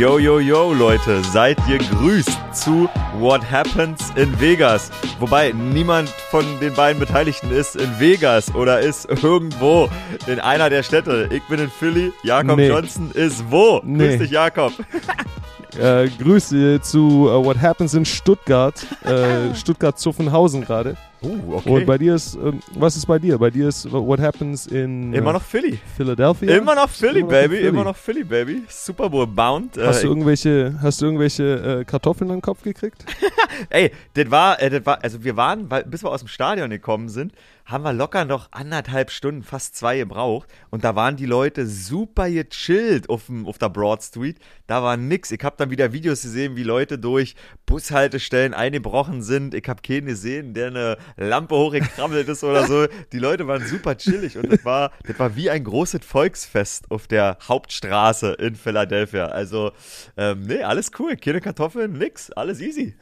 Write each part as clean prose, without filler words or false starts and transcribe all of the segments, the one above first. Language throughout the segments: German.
Yo, yo, yo, Leute, seid ihr grüßt zu What Happens in Vegas. Wobei niemand von den beiden Beteiligten ist in Vegas oder ist irgendwo in einer der Städte. Ich bin in Philly, Jakob Johnson ist wo? Grüß dich, Jakob. Grüße zu What Happens in Stuttgart, Stuttgart-Zuffenhausen gerade. Okay. Und bei dir ist, was ist bei dir? Bei dir ist What Happens in immer noch Philly. Philadelphia? Immer noch Philly, Baby. Immer noch Philly, Baby. Super Bowl bound. Hast du irgendwelche Kartoffeln an den Kopf gekriegt? Ey, also wir waren, bis wir aus dem Stadion gekommen sind, haben wir locker noch 1,5 Stunden, fast 2 gebraucht. Und da waren die Leute super gechillt auf der Broad Street. Da war nix. Ich habe dann wieder Videos gesehen, wie Leute durch Bushaltestellen eingebrochen sind. Ich habe keinen gesehen, der eine Lampe hochgekrabbelt ist oder so. Die Leute waren super chillig und das war wie ein großes Volksfest auf der Hauptstraße in Philadelphia. Also, alles cool. Keine Kartoffeln, nix. Alles easy.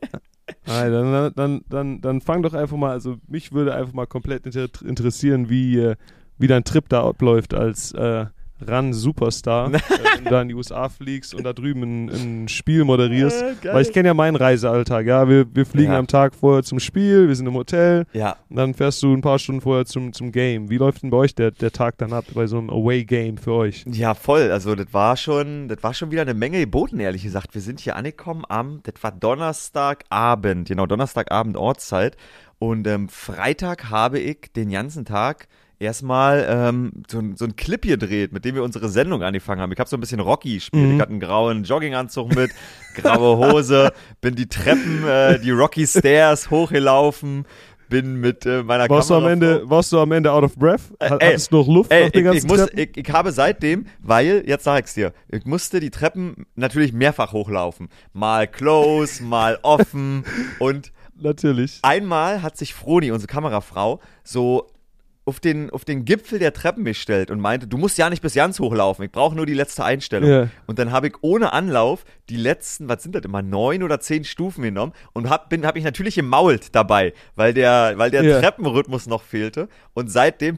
Dann fang doch einfach mal, also mich würde einfach mal komplett interessieren, wie dein Trip da abläuft als Run-Superstar, wenn du da in die USA fliegst und da drüben ein Spiel moderierst. Weil ich kenne ja meinen Reisealltag, ja. Wir fliegen am Tag vorher zum Spiel, wir sind im Hotel, und dann fährst du ein paar Stunden vorher zum Game. Wie läuft denn bei euch der Tag dann ab, bei so einem Away-Game für euch? Ja, voll. Also das war schon wieder eine Menge geboten, ehrlich gesagt. Wir sind hier angekommen das war Donnerstagabend, genau, Donnerstagabend Ortszeit. Und Freitag habe ich den ganzen Tag erstmal so ein Clip gedreht, mit dem wir unsere Sendung angefangen haben. Ich habe so ein bisschen Rocky gespielt. Ich hatte einen grauen Jogginganzug mit, graue Hose, bin die Treppen, die Rocky Stairs hochgelaufen, bin mit meiner Kamera... Warst du am Ende out of breath? Hattest du noch Luft nach den ganzen Treppen? Ich habe seitdem, weil, jetzt sag ich's dir, ich musste die Treppen natürlich mehrfach hochlaufen. Mal close, mal offen und... Natürlich. Einmal hat sich Froni, unsere Kamerafrau, so auf den Gipfel der Treppen gestellt und meinte, du musst ja nicht bis ganz hochlaufen, ich brauche nur die letzte Einstellung. Yeah. Und dann habe ich ohne Anlauf die letzten, was sind das immer, 9 oder 10 Stufen genommen und hab ich natürlich gemault dabei, weil der Treppenrhythmus noch fehlte. Und seitdem...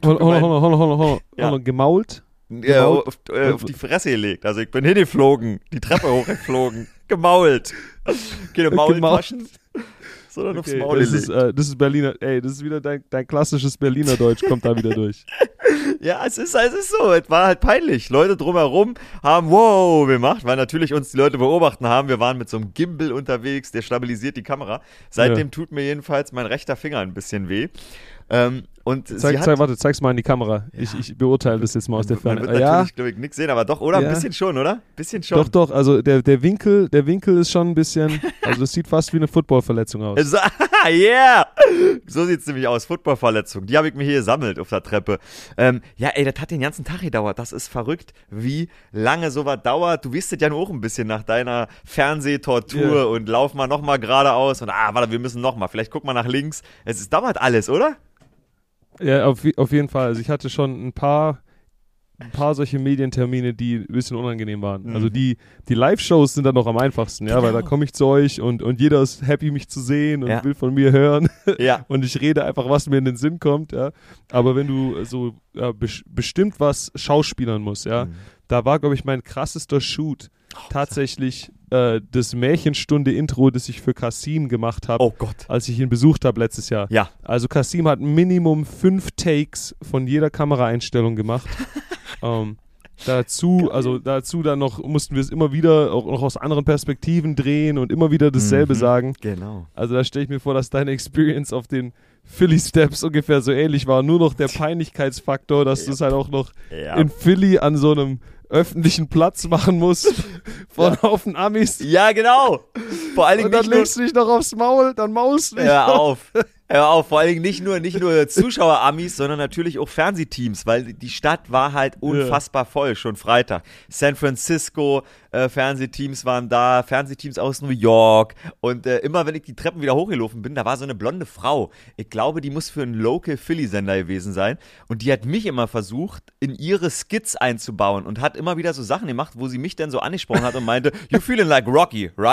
Gemault? Ja, auf die Fresse gelegt. Also ich bin hingeflogen, die Treppe hochgeflogen, gemault. Keine Maultaschen. Sondern aufs Maul gelegt. Das ist Berliner, das ist wieder dein klassisches Berliner Deutsch, kommt da wieder durch. Ja, es ist so, es war halt peinlich. Leute drumherum haben wow gemacht, weil natürlich uns die Leute beobachten haben. Wir waren mit so einem Gimbal unterwegs, der stabilisiert die Kamera. Seitdem tut mir jedenfalls mein rechter Finger ein bisschen weh. Und zeig's mal in die Kamera. Ja. Ich beurteile das jetzt mal aus der Ferne. Man wird natürlich, glaube ich, nichts sehen, aber doch, oder? Ja. Ein bisschen schon, oder? Bisschen schon. Doch, also der Winkel ist schon ein bisschen, also das sieht fast wie eine Footballverletzung aus. Yeah! So sieht's nämlich aus, Footballverletzung. Die habe ich mir hier gesammelt auf der Treppe. Das hat den ganzen Tag gedauert. Das ist verrückt, wie lange sowas dauert. Du wirst ja nur auch ein bisschen nach deiner Fernsehtortur und lauf mal nochmal geradeaus und warte, wir müssen nochmal. Vielleicht guck mal nach links. Es dauert alles, oder? Ja, auf jeden Fall. Also ich hatte schon ein paar solche Medientermine, die ein bisschen unangenehm waren. Mhm. Also die Live-Shows sind dann noch am einfachsten, ja, weil da komme ich zu euch und jeder ist happy, mich zu sehen und will von mir hören. Ja. Und ich rede einfach, was mir in den Sinn kommt, ja. Aber wenn du so bestimmt was schauspielern musst, ja, da war, glaube ich, mein krassester Shoot tatsächlich das Märchenstunde-Intro, das ich für Kasim gemacht habe, als ich ihn besucht habe letztes Jahr. Ja. Also Kasim hat Minimum 5 Takes von jeder Kameraeinstellung gemacht. Dazu dann noch mussten wir es immer wieder auch noch aus anderen Perspektiven drehen und immer wieder dasselbe sagen. Genau. Also da stelle ich mir vor, dass deine Experience auf den Philly Steps ungefähr so ähnlich war. Nur noch der Peinlichkeitsfaktor, dass du es halt auch noch in Philly an so einem öffentlichen Platz machen musst von Haufen Amis. Ja, genau. Vor allen Dingen und dann legst du dich noch aufs Maul, dann maulst du dich. Hör auf, vor allen Dingen nicht nur Zuschauer-Amis, sondern natürlich auch Fernsehteams, weil die Stadt war halt unfassbar voll, schon Freitag. San Francisco, Fernsehteams waren da, Fernsehteams aus New York und immer wenn ich die Treppen wieder hochgelaufen bin, da war so eine blonde Frau. Ich glaube, die muss für einen Local Philly-Sender gewesen sein und die hat mich immer versucht, in ihre Skits einzubauen und hat immer wieder so Sachen gemacht, wo sie mich dann so angesprochen hat und meinte, you feeling like Rocky, right?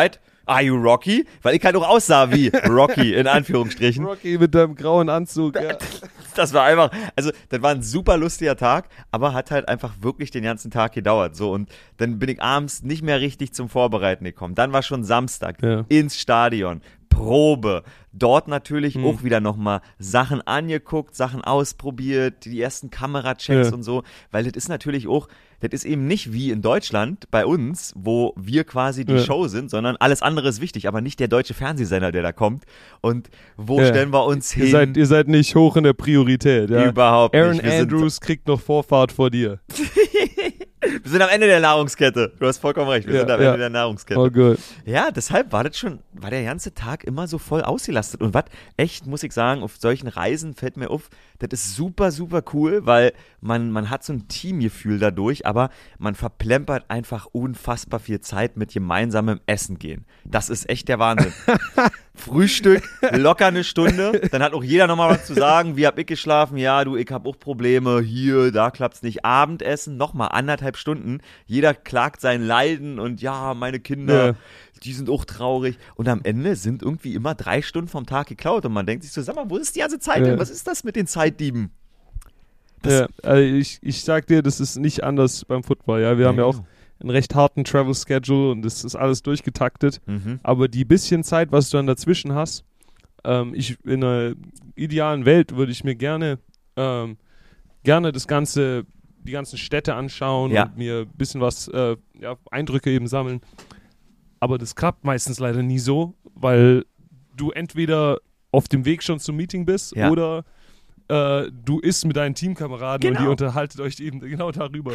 are you Rocky? Weil ich halt auch aussah wie Rocky, in Anführungsstrichen. Rocky mit deinem grauen Anzug, ja. Das war einfach, also das war ein super lustiger Tag, aber hat halt einfach wirklich den ganzen Tag gedauert. So, und dann bin ich abends nicht mehr richtig zum Vorbereiten gekommen. Dann war schon Samstag, ins Stadion, Probe. Dort natürlich auch wieder nochmal Sachen angeguckt, Sachen ausprobiert, die ersten Kamerachecks und so, weil das ist natürlich auch, das ist eben nicht wie in Deutschland bei uns, wo wir quasi die Show sind, sondern alles andere ist wichtig, aber nicht der deutsche Fernsehsender, der da kommt. Und wo stellen wir uns hin? Ihr seid nicht hoch in der Priorität. Ja? Überhaupt Aaron nicht. Andrews kriegt noch Vorfahrt vor dir. Wir sind am Ende der Nahrungskette. Du hast vollkommen recht. Wir sind am Ende der Nahrungskette. Oh gut. Ja, deshalb war der ganze Tag immer so voll ausgelastet. Und was echt, muss ich sagen, auf solchen Reisen fällt mir auf, das ist super, super cool, weil man hat so ein Teamgefühl dadurch, aber man verplempert einfach unfassbar viel Zeit mit gemeinsamem Essen gehen. Das ist echt der Wahnsinn. Frühstück, locker eine Stunde, dann hat auch jeder nochmal was zu sagen, wie hab ich geschlafen, ja du, ich hab auch Probleme, hier, da klappt's nicht, Abendessen, nochmal 1,5 Stunden, jeder klagt sein Leiden und ja, meine Kinder, die sind auch traurig und am Ende sind irgendwie immer 3 Stunden vom Tag geklaut und man denkt sich so, sag mal, wo ist die ganze Zeit denn, was ist das mit den Zeitdieben? Also ich sag dir, das ist nicht anders beim Football, ja, wir haben ja auch einen recht harten Travel-Schedule und das ist alles durchgetaktet. Aber die bisschen Zeit, was du dann dazwischen hast, in einer idealen Welt würde ich mir gerne die ganzen Städte anschauen und mir ein bisschen was, Eindrücke eben sammeln. Aber das klappt meistens leider nie so, weil du entweder auf dem Weg schon zum Meeting bist oder du isst mit deinen Teamkameraden und ihr unterhaltet euch eben genau darüber,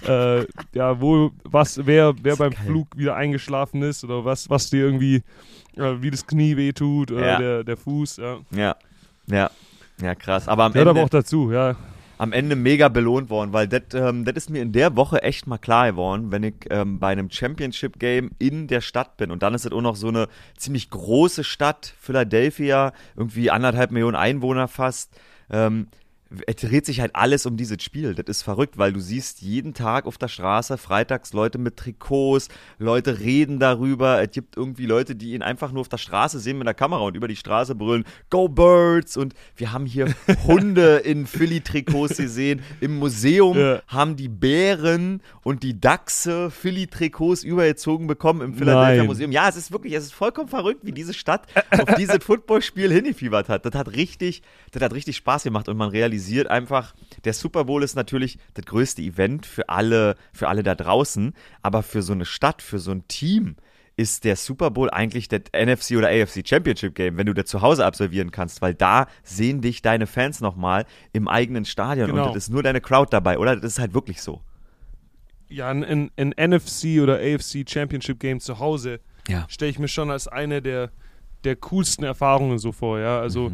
wer beim Flug wieder eingeschlafen ist oder was dir irgendwie, wie das Knie wehtut oder der Fuß. Ja, krass. Aber am Ende aber auch dazu, am Ende mega belohnt worden, weil das ist mir in der Woche echt mal klar geworden, wenn ich bei einem Championship-Game in der Stadt bin und dann ist es auch noch so eine ziemlich große Stadt, Philadelphia, irgendwie 1,5 Millionen Einwohner fast, es dreht sich halt alles um dieses Spiel. Das ist verrückt, weil du siehst jeden Tag auf der Straße freitags Leute mit Trikots, Leute reden darüber. Es gibt irgendwie Leute, die ihn einfach nur auf der Straße sehen mit der Kamera und über die Straße brüllen, Go Birds! Und wir haben hier Hunde in Philly-Trikots gesehen. Im Museum haben die Bären und die Dachse Philly-Trikots übergezogen bekommen im Philadelphia Museum. Ja, es ist vollkommen verrückt, wie diese Stadt auf dieses Footballspiel hingefiebert hat. Das hat richtig Spaß gemacht und man realisiert einfach, der Super Bowl ist natürlich das größte Event für alle da draußen, aber für so eine Stadt, für so ein Team ist der Super Bowl eigentlich das NFC oder AFC Championship Game, wenn du das zu Hause absolvieren kannst, weil da sehen dich deine Fans nochmal im eigenen Stadion und das ist nur deine Crowd dabei, oder? Das ist halt wirklich so. Ja, ein NFC oder AFC Championship Game zu Hause stelle ich mir schon als eine der coolsten Erfahrungen so vor, ja, also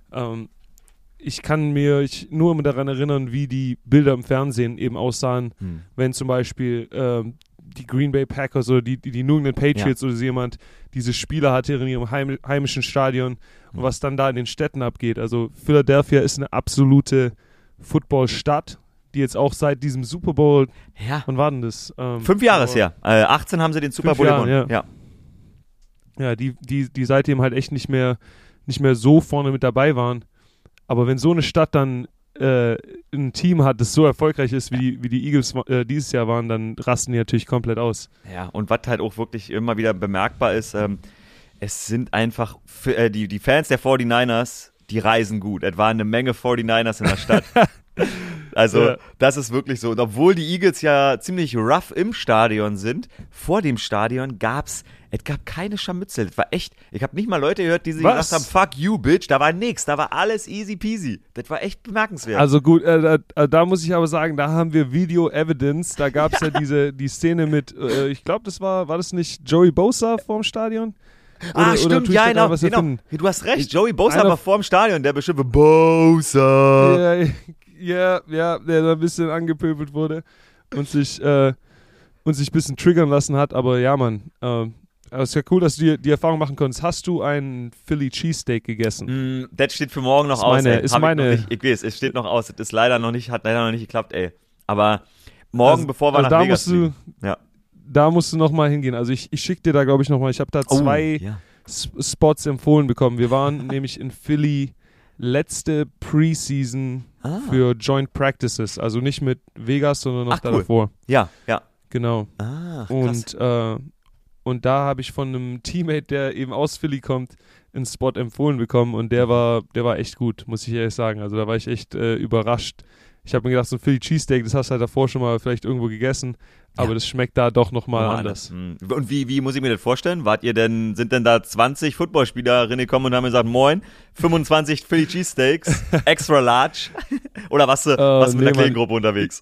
ich kann mich nur daran erinnern, wie die Bilder im Fernsehen eben aussahen, wenn zum Beispiel die Green Bay Packers oder die New England Patriots oder so jemand diese Spieler hatte in ihrem heimischen Stadion und was dann da in den Städten abgeht. Also Philadelphia ist eine absolute Football-Stadt, die jetzt auch seit diesem Super Bowl, wann war denn das? 5 Jahre ist her. 18 haben sie den Super Bowl gewonnen. Ja, die seitdem halt echt nicht mehr so vorne mit dabei waren. Aber wenn so eine Stadt dann ein Team hat, das so erfolgreich ist, wie die Eagles dieses Jahr waren, dann rasten die natürlich komplett aus. Ja, und was halt auch wirklich immer wieder bemerkbar ist, es sind einfach die Fans der 49ers, die reisen gut. Es waren eine Menge 49ers in der Stadt. Also, das ist wirklich so. Und obwohl die Eagles ja ziemlich rough im Stadion sind, vor dem Stadion es gab keine Scharmützel. Das war echt, ich habe nicht mal Leute gehört, die gesagt haben, fuck you, bitch, da war nix, da war alles easy peasy. Das war echt bemerkenswert. Also gut, da muss ich aber sagen, da haben wir Video Evidence, da gab es die Szene mit, ich glaube, war das nicht Joey Bosa vorm Stadion? Stimmt, ja, genau. Du hast recht, Joey Bosa war vorm Stadion, der bestimmt Bosa. Ja, der da ein bisschen angepöbelt wurde und sich ein bisschen triggern lassen hat, aber ja, Mann, es ist ja cool, dass du die Erfahrung machen konntest. Hast du einen Philly Cheesesteak gegessen? Das steht für morgen noch aus. Ich weiß, es steht noch aus. Das hat leider noch nicht geklappt, ey. Aber morgen, bevor wir nach Vegas fliegen. da musst du nochmal hingehen. Also ich schicke dir da, glaube ich, nochmal, ich habe da 2 Spots empfohlen bekommen. Wir waren nämlich in Philly letzte Preseason für Joint Practices, also nicht mit Vegas, sondern noch davor. Ja. Genau. Krass. Und da habe ich von einem Teammate, der eben aus Philly kommt, einen Spot empfohlen bekommen und der war echt gut, muss ich ehrlich sagen. Also da war ich echt überrascht. Ich habe mir gedacht, so ein Philly Cheesesteak, das hast du halt davor schon mal vielleicht irgendwo gegessen, aber das schmeckt da doch nochmal anders. Und wie muss ich mir das vorstellen? Sind denn da 20 Footballspieler gekommen und haben gesagt, moin, 25 Philly Cheesesteaks, extra large? Oder warst du mit der kleinen Gruppe unterwegs?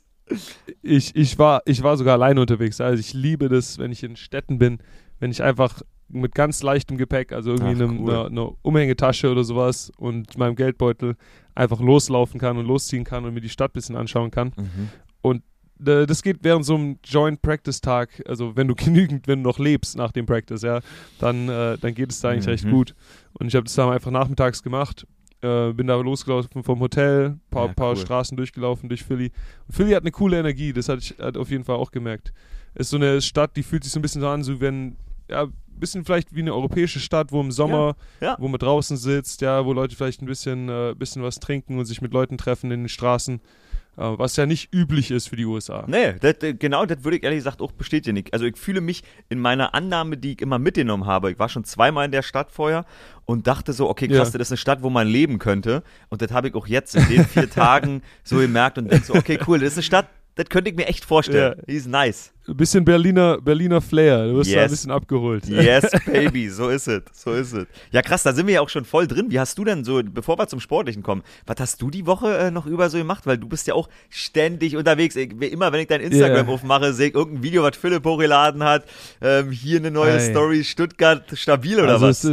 Ich war sogar alleine unterwegs. Also ich liebe das, wenn ich in Städten bin, wenn ich einfach mit ganz leichtem Gepäck, also irgendwie eine Umhängetasche oder sowas und meinem Geldbeutel einfach loslaufen kann und losziehen kann und mir die Stadt ein bisschen anschauen kann. Und das geht während so einem Joint Practice Tag, also wenn du noch lebst nach dem Practice, ja, dann geht es da eigentlich recht gut. Und ich habe das dann einfach nachmittags gemacht. Bin da losgelaufen vom Hotel, paar Straßen durchgelaufen durch Philly. Und Philly hat eine coole Energie, das hatte ich auf jeden Fall auch gemerkt. Es ist so eine Stadt, die fühlt sich so ein bisschen so an, so wenn, ein bisschen vielleicht wie eine europäische Stadt, wo im Sommer, wo man draußen sitzt, wo Leute vielleicht ein bisschen was trinken und sich mit Leuten treffen in den Straßen. Was ja nicht üblich ist für die USA. Nee, das würde ich ehrlich gesagt auch bestätigen. Also ich fühle mich in meiner Annahme, die ich immer mitgenommen habe. Ich war schon 2-mal in der Stadt vorher und dachte so, okay, krass, das ist eine Stadt, wo man leben könnte. Und das habe ich auch jetzt in den 4 Tagen so gemerkt und denke so, okay, cool, das ist eine Stadt, das könnte ich mir echt vorstellen. Die ist nice. Ein bisschen Berliner Flair. Du wirst da ein bisschen abgeholt. Yes, baby. So ist es. Ja, krass, da sind wir ja auch schon voll drin. Wie hast du denn so, bevor wir zum Sportlichen kommen, was hast du die Woche noch über so gemacht? Weil du bist ja auch ständig unterwegs. Immer, wenn ich dein Instagram aufmache, sehe ich irgendein Video, was Philipp hochgeladen hat. Hier eine neue Story, Stuttgart stabil oder was?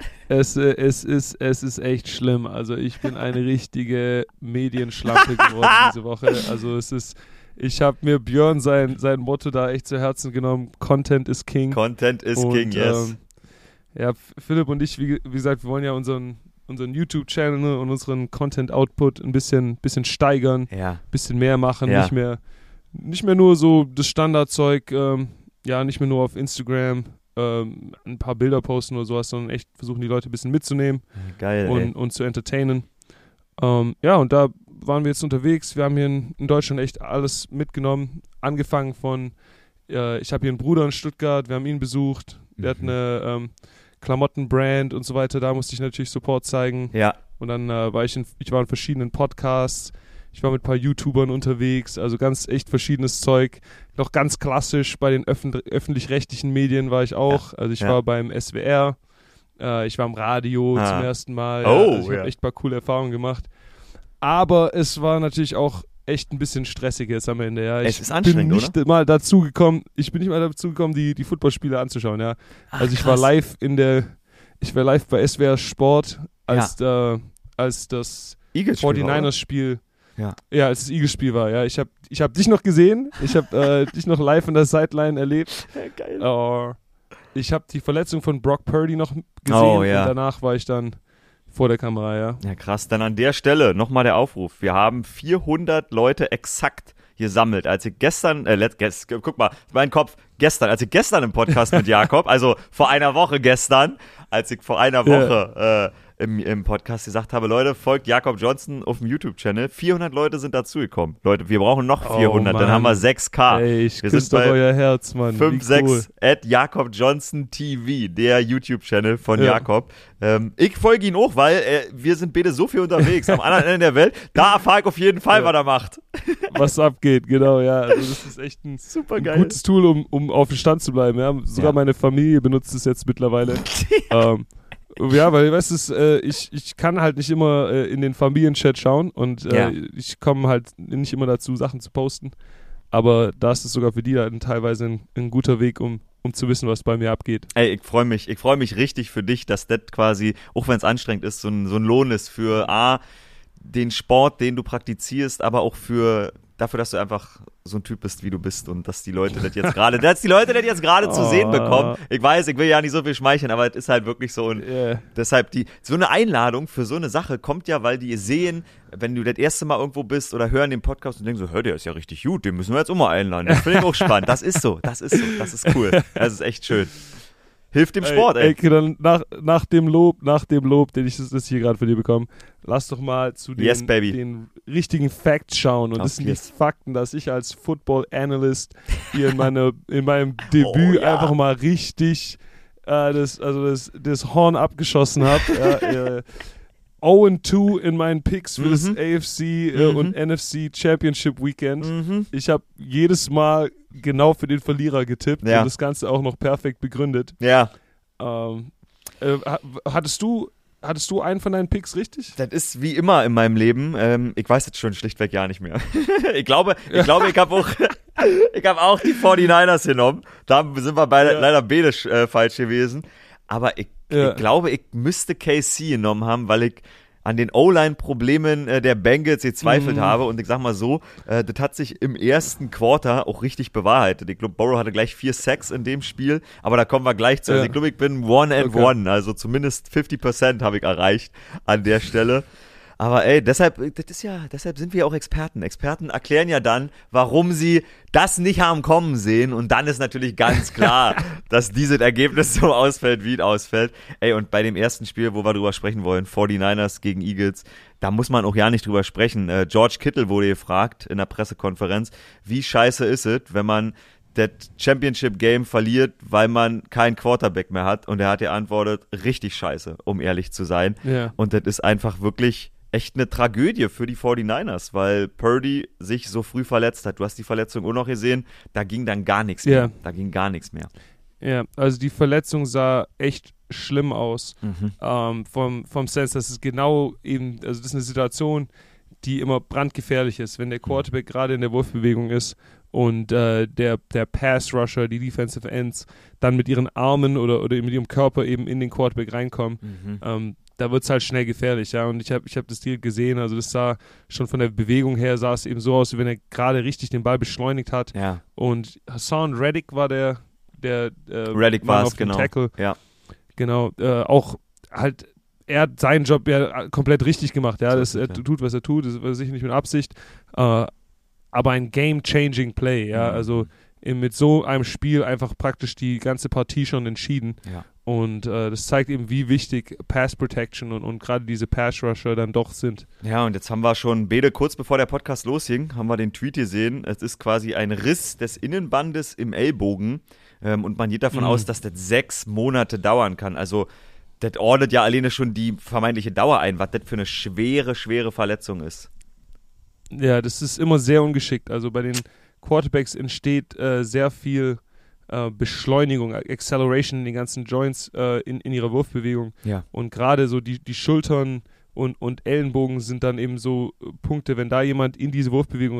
Es ist echt schlimm. Also ich bin eine richtige Medienschlampe geworden diese Woche. Also ich habe mir Björn sein Motto da echt zu Herzen genommen. Content is King. Content is King, yes. Philipp und ich, wie gesagt, wir wollen ja unseren YouTube-Channel und unseren Content-Output ein bisschen steigern, ein bisschen mehr machen, nicht mehr nur so das Standardzeug, nicht mehr nur auf Instagram ein paar Bilder posten oder sowas, sondern echt versuchen, die Leute ein bisschen mitzunehmen. Geil, und zu entertainen. Und da waren wir jetzt unterwegs. Wir haben hier in Deutschland echt alles mitgenommen. Angefangen von, ich habe hier einen Bruder in Stuttgart, wir haben ihn besucht. Der hat eine Klamottenbrand und so weiter. Da musste ich natürlich Support zeigen. Ja. Und dann war ich in verschiedenen Podcasts. Ich war mit ein paar YouTubern unterwegs. Also ganz echt verschiedenes Zeug. Noch ganz klassisch bei den öffentlich-rechtlichen Medien war ich auch. Also ich war beim SWR. Ich war im Radio zum ersten Mal. Also ich habe echt ein paar coole Erfahrungen gemacht. Aber es war natürlich auch echt ein bisschen stressig jetzt am Ende. Ja. Es ist anstrengend, oder? Ich bin nicht mal dazu gekommen, die Footballspiele anzuschauen. Ja. Also ich war live bei SWR Sport, als das 49ers-Spiel, als das Eagles-Spiel war. Ja. Ich hab dich noch gesehen, ich habe dich noch live in der Sideline erlebt. Geil. Ich habe die Verletzung von Brock Purdy noch gesehen und danach war ich dann vor der Kamera, ja. Ja, krass. Dann an der Stelle nochmal der Aufruf. Wir haben 400 Leute exakt gesammelt. Als ich gestern, guck mal, mein Kopf, als ich gestern im Podcast mit Jakob, also vor einer Woche gestern, als ich vor einer Woche im Podcast gesagt habe, Leute, folgt Jakob Johnson auf dem YouTube-Channel. 400 Leute sind dazugekommen. Leute, wir brauchen noch 400, dann haben wir 6K. Ey, ich küsse doch euer Herz, Mann. 56 @Jakob Johnson TV, der YouTube-Channel von Jakob. Ich folge ihn auch, weil wir sind beide so viel unterwegs am anderen Ende der Welt. Da erfahre ich auf jeden Fall, was er macht. Was abgeht, genau, ja. Also das ist echt ein gutes Tool, um auf dem Stand zu bleiben. Ja. Sogar meine Familie benutzt es jetzt mittlerweile. Weil, weißt du, ich kann halt nicht immer in den Familienchat schauen und ich komme halt nicht immer dazu, Sachen zu posten. Aber da ist es sogar für die dann teilweise ein guter Weg, um zu wissen, was bei mir abgeht. Ey, ich freue mich richtig für dich, dass das quasi, auch wenn es anstrengend ist, so ein Lohn ist für den Sport, den du praktizierst, aber auch für dafür, dass du einfach so ein Typ bist, wie du bist und dass die Leute das jetzt gerade, zu sehen bekommen. Ich weiß, ich will ja nicht so viel schmeicheln, aber es ist halt wirklich so und deshalb so eine Einladung für so eine Sache kommt ja, weil die sehen, wenn du das erste Mal irgendwo bist oder hören den Podcast und denken so, der ist ja richtig gut, den müssen wir jetzt auch mal einladen. Das finde ich auch spannend. Das ist so, das ist cool. Das ist echt schön. Hilft dem Sport, ey. Dann nach dem Lob, den ich das hier gerade von dir bekomme, lass doch mal zu den richtigen Facts schauen. Und das sind die Fakten, dass ich als Football-Analyst hier in meinem Debüt einfach mal richtig das Horn abgeschossen habe. 0-2 in meinen Picks für das AFC und NFC Championship Weekend. Ich habe jedes Mal genau für den Verlierer getippt und das Ganze auch noch perfekt begründet. Ja. Hattest du einen von deinen Picks richtig? Das ist wie immer in meinem Leben. Ich weiß jetzt schon schlichtweg gar nicht mehr. ich glaube, ich habe auch die 49ers genommen. Da sind wir beide leider beide falsch gewesen. Aber ich glaube, ich müsste KC genommen haben, weil ich an den O-Line-Problemen der Bengals gezweifelt habe. Und ich sag mal so, das hat sich im ersten Quarter auch richtig bewahrheitet. Ich glaube, Burrow hatte gleich 4 Sacks in dem Spiel, aber da kommen wir gleich zu. Also ich glaube, ich bin 1-1, also zumindest 50% habe ich erreicht an der Stelle. Aber ey, deshalb sind wir auch Experten. Experten erklären ja dann, warum sie das nicht haben kommen sehen. Und dann ist natürlich ganz klar, dass dieses Ergebnis so ausfällt, wie es ausfällt. Ey, und bei dem ersten Spiel, wo wir drüber sprechen wollen, 49ers gegen Eagles, da muss man auch ja nicht drüber sprechen. George Kittle wurde gefragt in der Pressekonferenz, wie scheiße ist es, wenn man das Championship-Game verliert, weil man keinen Quarterback mehr hat. Und er hat geantwortet, richtig scheiße, um ehrlich zu sein. Ja. Und das ist einfach wirklich echt eine Tragödie für die 49ers, weil Purdy sich so früh verletzt hat. Du hast die Verletzung auch noch gesehen, da ging dann gar nichts mehr. Da ging gar nichts mehr. Ja, also die Verletzung sah echt schlimm aus. Vom Sense, dass es genau eben, also das ist eine Situation, die immer brandgefährlich ist, wenn der Quarterback gerade in der Wurfbewegung ist und der Pass-Rusher, die Defensive Ends, dann mit ihren Armen oder mit ihrem Körper eben in den Quarterback reinkommen. Da wird es halt schnell gefährlich, ja. Und ich hab das direkt gesehen, also das sah schon von der Bewegung her, sah es eben so aus, wie wenn er gerade richtig den Ball beschleunigt hat. Ja. Und Hassan Reddick war der Reddick war es, genau. Tackle. Ja. Genau, auch halt, er hat seinen Job ja komplett richtig gemacht, ja. Er tut, was er tut, das war sicher nicht mit Absicht. Aber ein game-changing Play, ja. Also mit so einem Spiel einfach praktisch die ganze Partie schon entschieden. Ja. Und das zeigt eben, wie wichtig Pass Protection und gerade diese Pass Rusher dann doch sind. Ja, und jetzt haben wir schon, Bede, kurz bevor der Podcast losging, haben wir den Tweet gesehen. Es ist quasi ein Riss des Innenbandes im Ellbogen. Und man geht davon aus, dass das 6 Monate dauern kann. Also das ordnet ja alleine schon die vermeintliche Dauer ein, was das für eine schwere Verletzung ist. Ja, das ist immer sehr ungeschickt. Also bei den Quarterbacks entsteht sehr viel Beschleunigung, Acceleration in den ganzen Joints in ihrer Wurfbewegung. Ja. Und gerade so die Schultern und Ellenbogen sind dann eben so Punkte, wenn da jemand in diese Wurfbewegung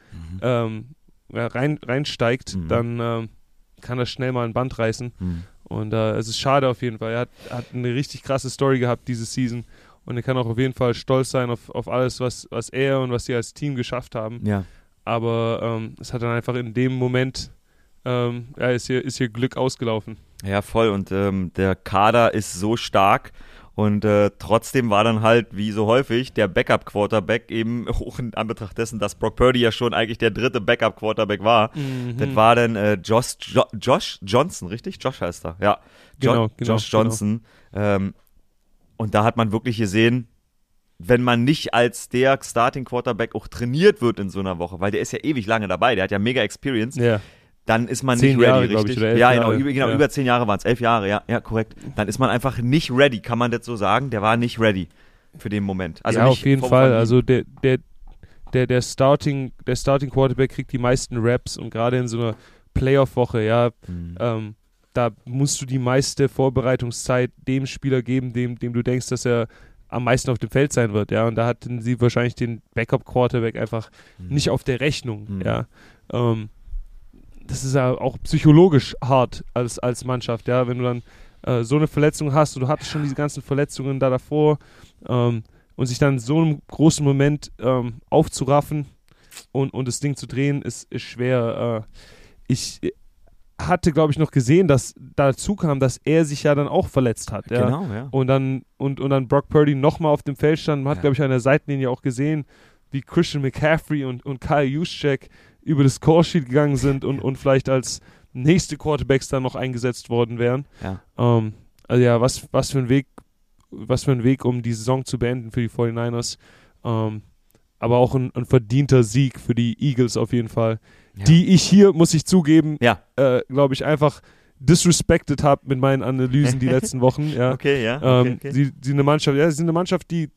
reinsteigt, dann kann er schnell mal ein Band reißen. Und es ist schade auf jeden Fall. Er hat eine richtig krasse Story gehabt diese Season und er kann auch auf jeden Fall stolz sein auf alles, was er und was sie als Team geschafft haben. Ja. Aber es hat dann einfach in dem Moment ist hier Glück ausgelaufen. Ja, voll. Und der Kader ist so stark. Und trotzdem war dann halt, wie so häufig, der Backup-Quarterback eben auch in Anbetracht dessen, dass Brock Purdy ja schon eigentlich der dritte Backup-Quarterback war. Das war dann Josh Johnson, richtig? Josh heißt er, ja. Josh Johnson. Genau. Und da hat man wirklich gesehen, wenn man nicht als der Starting-Quarterback auch trainiert wird in so einer Woche, weil der ist ja ewig lange dabei, der hat ja mega Experience. Ja. Dann ist man nicht ready, Jahre, richtig? Ich, oder 11 ja, Jahre. Genau, über 10 Jahre waren es, 11 Jahre, ja, korrekt. Dann ist man einfach nicht ready, kann man das so sagen? Der war nicht ready für den Moment. Also ja, nicht auf jeden Fall. Also der Starting Quarterback kriegt die meisten Reps und gerade in so einer Playoff-Woche, ja, da musst du die meiste Vorbereitungszeit dem Spieler geben, dem du denkst, dass er am meisten auf dem Feld sein wird, ja. Und da hatten sie wahrscheinlich den Backup-Quarterback einfach nicht auf der Rechnung, ja. Das ist ja auch psychologisch hart als Mannschaft, ja, wenn du dann so eine Verletzung hast und du hattest schon diese ganzen Verletzungen davor und sich dann in so einem großen Moment aufzuraffen, und das Ding zu drehen, ist schwer. Ich hatte, glaube ich, noch gesehen, dass dazu kam, dass er sich ja dann auch verletzt hat. Ja? Genau, ja. Und dann Brock Purdy nochmal auf dem Feld stand. Man hat, glaube ich, an der Seitenlinie auch gesehen, wie Christian McCaffrey und Kyle Juszczyk über das Scoresheet gegangen sind und vielleicht als nächste Quarterbacks dann noch eingesetzt worden wären. Ja. Also ja, was für ein Weg, um die Saison zu beenden für die 49ers. Aber auch ein verdienter Sieg für die Eagles auf jeden Fall. Ja. Die ich hier, muss ich zugeben, glaube ich, einfach disrespected habe mit meinen Analysen die letzten Wochen. Ja. Okay, ja. Okay. Sie sind eine Mannschaft, die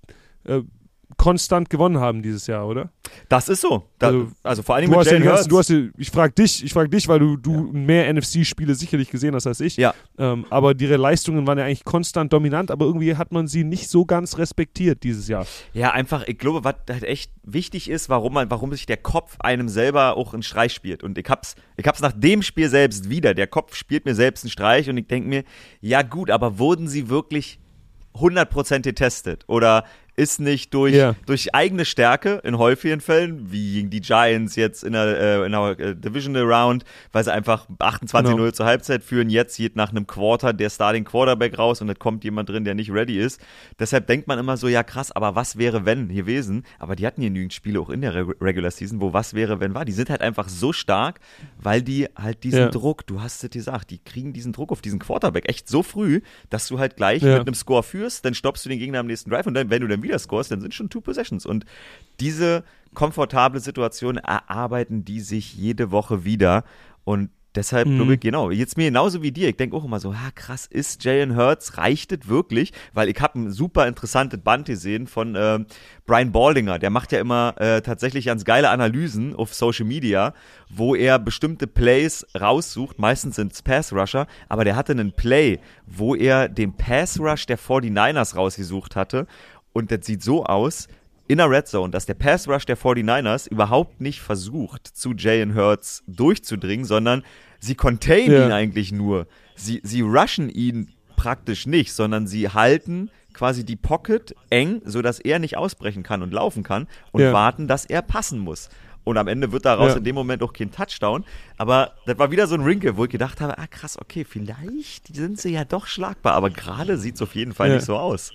konstant gewonnen haben dieses Jahr, oder? Das ist so. Also vor allem mit Jalen Hurts. Ich frage dich, weil du mehr NFC-Spiele sicherlich gesehen hast als ich. Ja. Aber ihre Leistungen waren ja eigentlich konstant dominant, aber irgendwie hat man sie nicht so ganz respektiert dieses Jahr. Ja, einfach, ich glaube, was halt echt wichtig ist, warum sich der Kopf einem selber auch einen Streich spielt. Und ich hab's nach dem Spiel selbst wieder. Der Kopf spielt mir selbst einen Streich und ich denke mir, ja gut, aber wurden sie wirklich 100% getestet? Oder ist nicht durch eigene Stärke in häufigen Fällen, wie gegen die Giants jetzt in der Divisional Round, weil sie einfach 28-0 zur Halbzeit führen, jetzt geht nach einem Quarter der Starting Quarterback raus und es kommt jemand drin, der nicht ready ist. Deshalb denkt man immer so, ja krass, aber was wäre, wenn gewesen? Aber die hatten genügend Spiele auch in der Regular Season, wo was wäre, wenn war. Die sind halt einfach so stark, weil die halt diesen Druck, du hast es gesagt, die kriegen diesen Druck auf diesen Quarterback echt so früh, dass du halt gleich mit einem Score führst, dann stoppst du den Gegner am nächsten Drive und dann, wenn du dann wieder scorest, dann sind schon 2 Possessions. Und diese komfortable Situation erarbeiten die sich jede Woche wieder. Und deshalb, glaube ich, genau, jetzt mir genauso wie dir, ich denke auch immer so, krass, ist Jalen Hurts, reicht es wirklich? Weil ich habe ein super interessantes Band gesehen von Brian Baldinger, der macht ja immer tatsächlich ganz geile Analysen auf Social Media, wo er bestimmte Plays raussucht, meistens sind es Pass-Rusher, aber der hatte einen Play, wo er den Pass-Rush der 49ers rausgesucht hatte. Und das sieht so aus, in der Red Zone, dass der Pass-Rush der 49ers überhaupt nicht versucht, zu Jalen Hurts durchzudringen, sondern sie containen ihn eigentlich nur. Sie rushen ihn praktisch nicht, sondern sie halten quasi die Pocket eng, sodass er nicht ausbrechen kann und laufen kann und warten, dass er passen muss. Und am Ende wird daraus in dem Moment auch kein Touchdown. Aber das war wieder so ein Wrinkle, wo ich gedacht habe, krass, okay, vielleicht sind sie ja doch schlagbar. Aber gerade sieht es auf jeden Fall nicht so aus.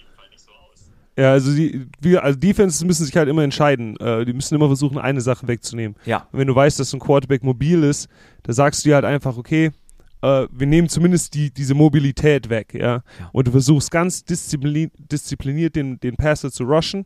Ja, also Defenses müssen sich halt immer entscheiden. Die müssen immer versuchen, eine Sache wegzunehmen. Ja. Und wenn du weißt, dass ein Quarterback mobil ist, da sagst du dir halt einfach, okay, wir nehmen zumindest diese Mobilität weg, ja. Und du versuchst ganz diszipliniert den Passer zu rushen.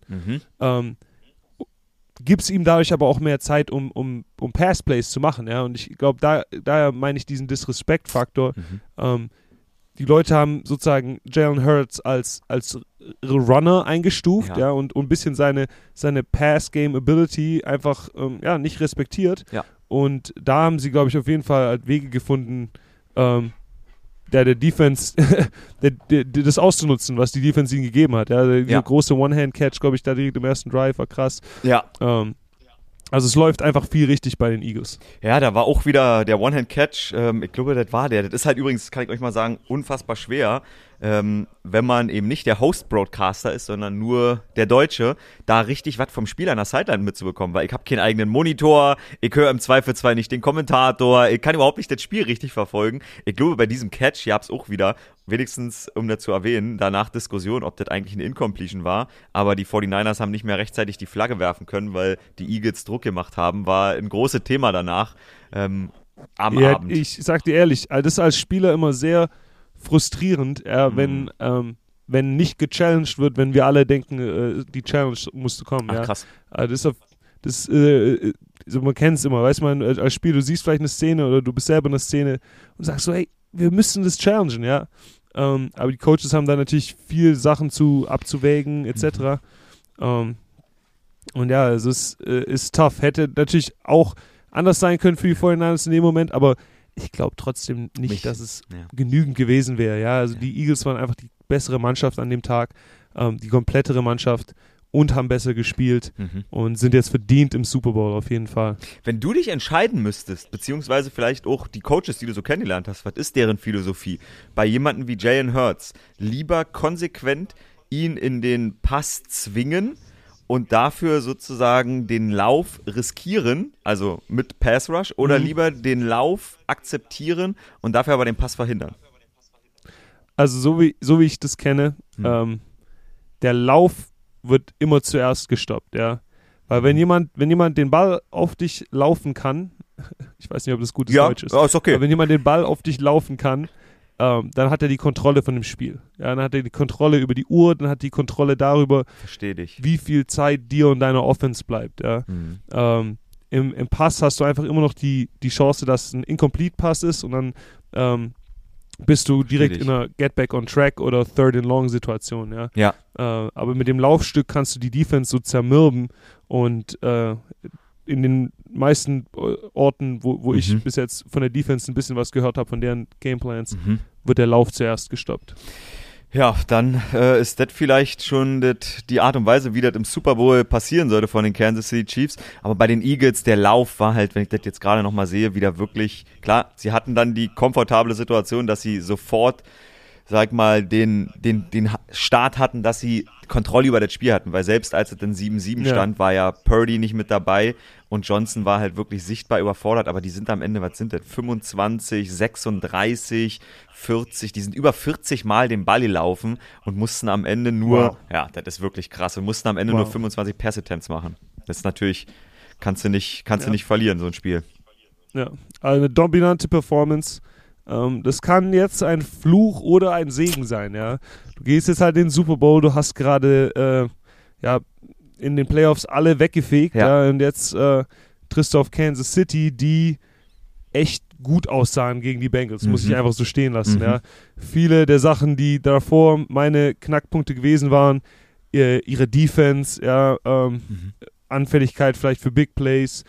Gibst ihm dadurch aber auch mehr Zeit, um Passplays zu machen, ja. Und ich glaube, daher meine ich diesen Disrespect-Faktor. Die Leute haben sozusagen Jalen Hurts als Runner eingestuft, und ein bisschen seine Pass-Game-Ability einfach nicht respektiert. Ja. Und da haben sie, glaube ich, auf jeden Fall halt Wege gefunden, der Defense das auszunutzen, was die Defense ihnen gegeben hat. Ja, der große One-Hand-Catch, glaube ich, da direkt im ersten Drive war krass. Ja. Also es läuft einfach viel richtig bei den Eagles. Ja, da war auch wieder der One-Hand-Catch. Ich glaube, das war der. Das ist halt übrigens, kann ich euch mal sagen, unfassbar schwer, wenn man eben nicht der Host-Broadcaster ist, sondern nur der Deutsche, da richtig was vom Spiel an der Sideline mitzubekommen, weil ich habe keinen eigenen Monitor, ich höre im Zweifelsfall nicht den Kommentator, ich kann überhaupt nicht das Spiel richtig verfolgen. Ich glaube, bei diesem Catch, ihr habt es auch wieder, wenigstens, um dazu erwähnen, danach Diskussion, ob das eigentlich eine Incompletion war, aber die 49ers haben nicht mehr rechtzeitig die Flagge werfen können, weil die Eagles Druck gemacht haben, war ein großes Thema danach am Abend. Ich sag dir ehrlich, das ist als Spieler immer sehr frustrierend, wenn nicht gechallenged wird, wenn wir alle denken, die Challenge musste kommen. Ach, krass. Man kennt es immer, weiß man, als Spieler, du siehst vielleicht eine Szene oder du bist selber in einer Szene und sagst so, hey, wir müssen das challengen, ja. Aber die Coaches haben da natürlich viel Sachen abzuwägen, etc. Und ja, es ist tough. Hätte natürlich auch anders sein können für die 49ers in dem Moment, aber ich glaube trotzdem nicht, dass es genügend gewesen wäre. Ja? Also die Eagles waren einfach die bessere Mannschaft an dem Tag, die komplettere Mannschaft und haben besser gespielt und sind jetzt verdient im Super Bowl auf jeden Fall. Wenn du dich entscheiden müsstest, beziehungsweise vielleicht auch die Coaches, die du so kennengelernt hast, was ist deren Philosophie? Bei jemandem wie Jalen Hurts, lieber konsequent ihn in den Pass zwingen und dafür sozusagen den Lauf riskieren, also mit Pass Rush, oder lieber den Lauf akzeptieren und dafür aber den Pass verhindern? Also so wie ich das kenne, der Lauf wird immer zuerst gestoppt, ja. Weil wenn jemand den Ball auf dich laufen kann, ich weiß nicht, ob das gutes Deutsch ist, ist okay. aber wenn jemand den Ball auf dich laufen kann, dann hat er die Kontrolle von dem Spiel. Ja, dann hat er die Kontrolle über die Uhr, dann hat er die Kontrolle darüber, wie viel Zeit dir und deiner Offense bleibt. Ja. Im Pass hast du einfach immer noch die Chance, dass es ein Incomplete-Pass ist und dann bist du direkt in einer Get-Back-on-Track oder Third-and-Long-Situation. Ja. Aber mit dem Laufstück kannst du die Defense so zermürben und in den meisten Orten, wo ich bis jetzt von der Defense ein bisschen was gehört habe, von deren Gameplans, wird der Lauf zuerst gestoppt. Ja, dann ist das vielleicht schon die Art und Weise, wie das im Super Bowl passieren sollte von den Kansas City Chiefs. Aber bei den Eagles, der Lauf war halt, wenn ich das jetzt gerade nochmal sehe, wieder wirklich, klar, sie hatten dann die komfortable Situation, dass sie sofort, sag mal, den Start hatten, dass sie Kontrolle über das Spiel hatten, weil selbst als es dann 7-7 stand, war ja Purdy nicht mit dabei und Johnson war halt wirklich sichtbar überfordert, aber die sind am Ende, was sind das, 25, 36, 40, die sind über 40 Mal den Ball gelaufen und mussten am Ende nur, ja, das ist wirklich krass, und mussten am Ende nur 25 Pass-Attempts machen. Das ist natürlich, kannst du nicht verlieren, so ein Spiel. Ja, also eine dominante Performance. Das kann jetzt ein Fluch oder ein Segen sein, ja. Du gehst jetzt halt in den Super Bowl, du hast gerade in den Playoffs alle weggefegt, ja, und jetzt triffst du auf Kansas City, die echt gut aussahen gegen die Bengals, muss ich einfach so stehen lassen, ja. Viele der Sachen, die davor meine Knackpunkte gewesen waren, ihre Defense, ja, Anfälligkeit vielleicht für Big Plays,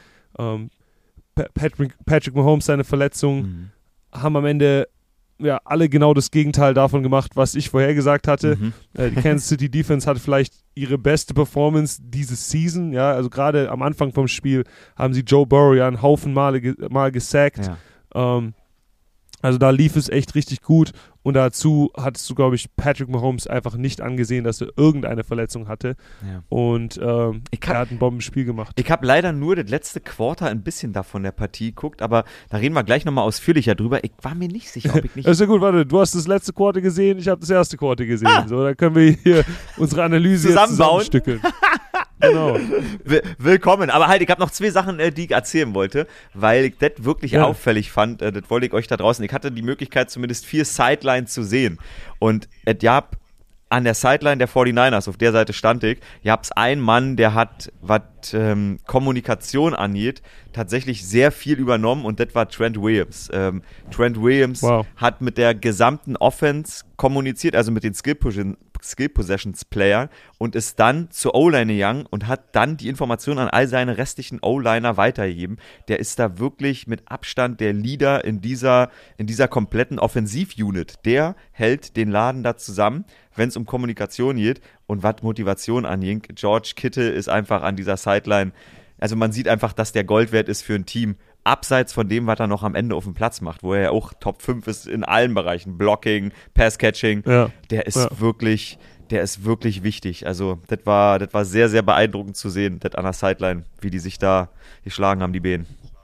Patrick Mahomes, seine Verletzung, haben am Ende alle genau das Gegenteil davon gemacht, was ich vorher gesagt hatte. Die Kansas City Defense hatte vielleicht ihre beste Performance diese Season. Ja, also gerade am Anfang vom Spiel haben sie Joe Burrow einen Haufen Mal gesackt. Ja. Also da lief es echt richtig gut. Und dazu hattest du, glaube ich, Patrick Mahomes einfach nicht angesehen, dass er irgendeine Verletzung hatte. Ja. Und er hat ein Bombenspiel gemacht. Ich habe leider nur das letzte Quarter ein bisschen davon der Partie geguckt, aber da reden wir gleich nochmal ausführlicher drüber. Ich war mir nicht sicher, ob ich nicht... Das ist ja gut, warte, du hast das letzte Quarter gesehen, ich habe das erste Quarter gesehen. So, da können wir hier unsere Analyse zusammenstückeln. Genau. Willkommen. Aber halt, ich habe noch 2 Sachen, die ich erzählen wollte, weil ich das wirklich auffällig fand. Das wollte ich euch da draußen. Ich hatte die Möglichkeit, zumindest 4 Sidelines zu sehen. Und es gab an der Sideline der 49ers, auf der Seite stand ich, gab's einen Mann, der hat, was Kommunikation angeht, tatsächlich sehr viel übernommen, und das war Trent Williams. Trent Williams hat mit der gesamten Offense kommuniziert, also mit den Skill-Possessions-Player, und ist dann zur O-Line gegangen und hat dann die Informationen an all seine restlichen O-Liner weitergegeben. Der ist da wirklich mit Abstand der Leader in dieser kompletten Offensiv-Unit. Der hält den Laden da zusammen, wenn es um Kommunikation geht, und was Motivation anging. George Kittle ist einfach an dieser Sideline, also man sieht einfach, dass der Gold wert ist für ein Team, abseits von dem, was er noch am Ende auf dem Platz macht, wo er ja auch Top 5 ist in allen Bereichen, Blocking, Pass-Catching, der ist wirklich wichtig. Also das war sehr, sehr beeindruckend zu sehen, das an der Sideline, wie die sich da geschlagen haben, die Bänen.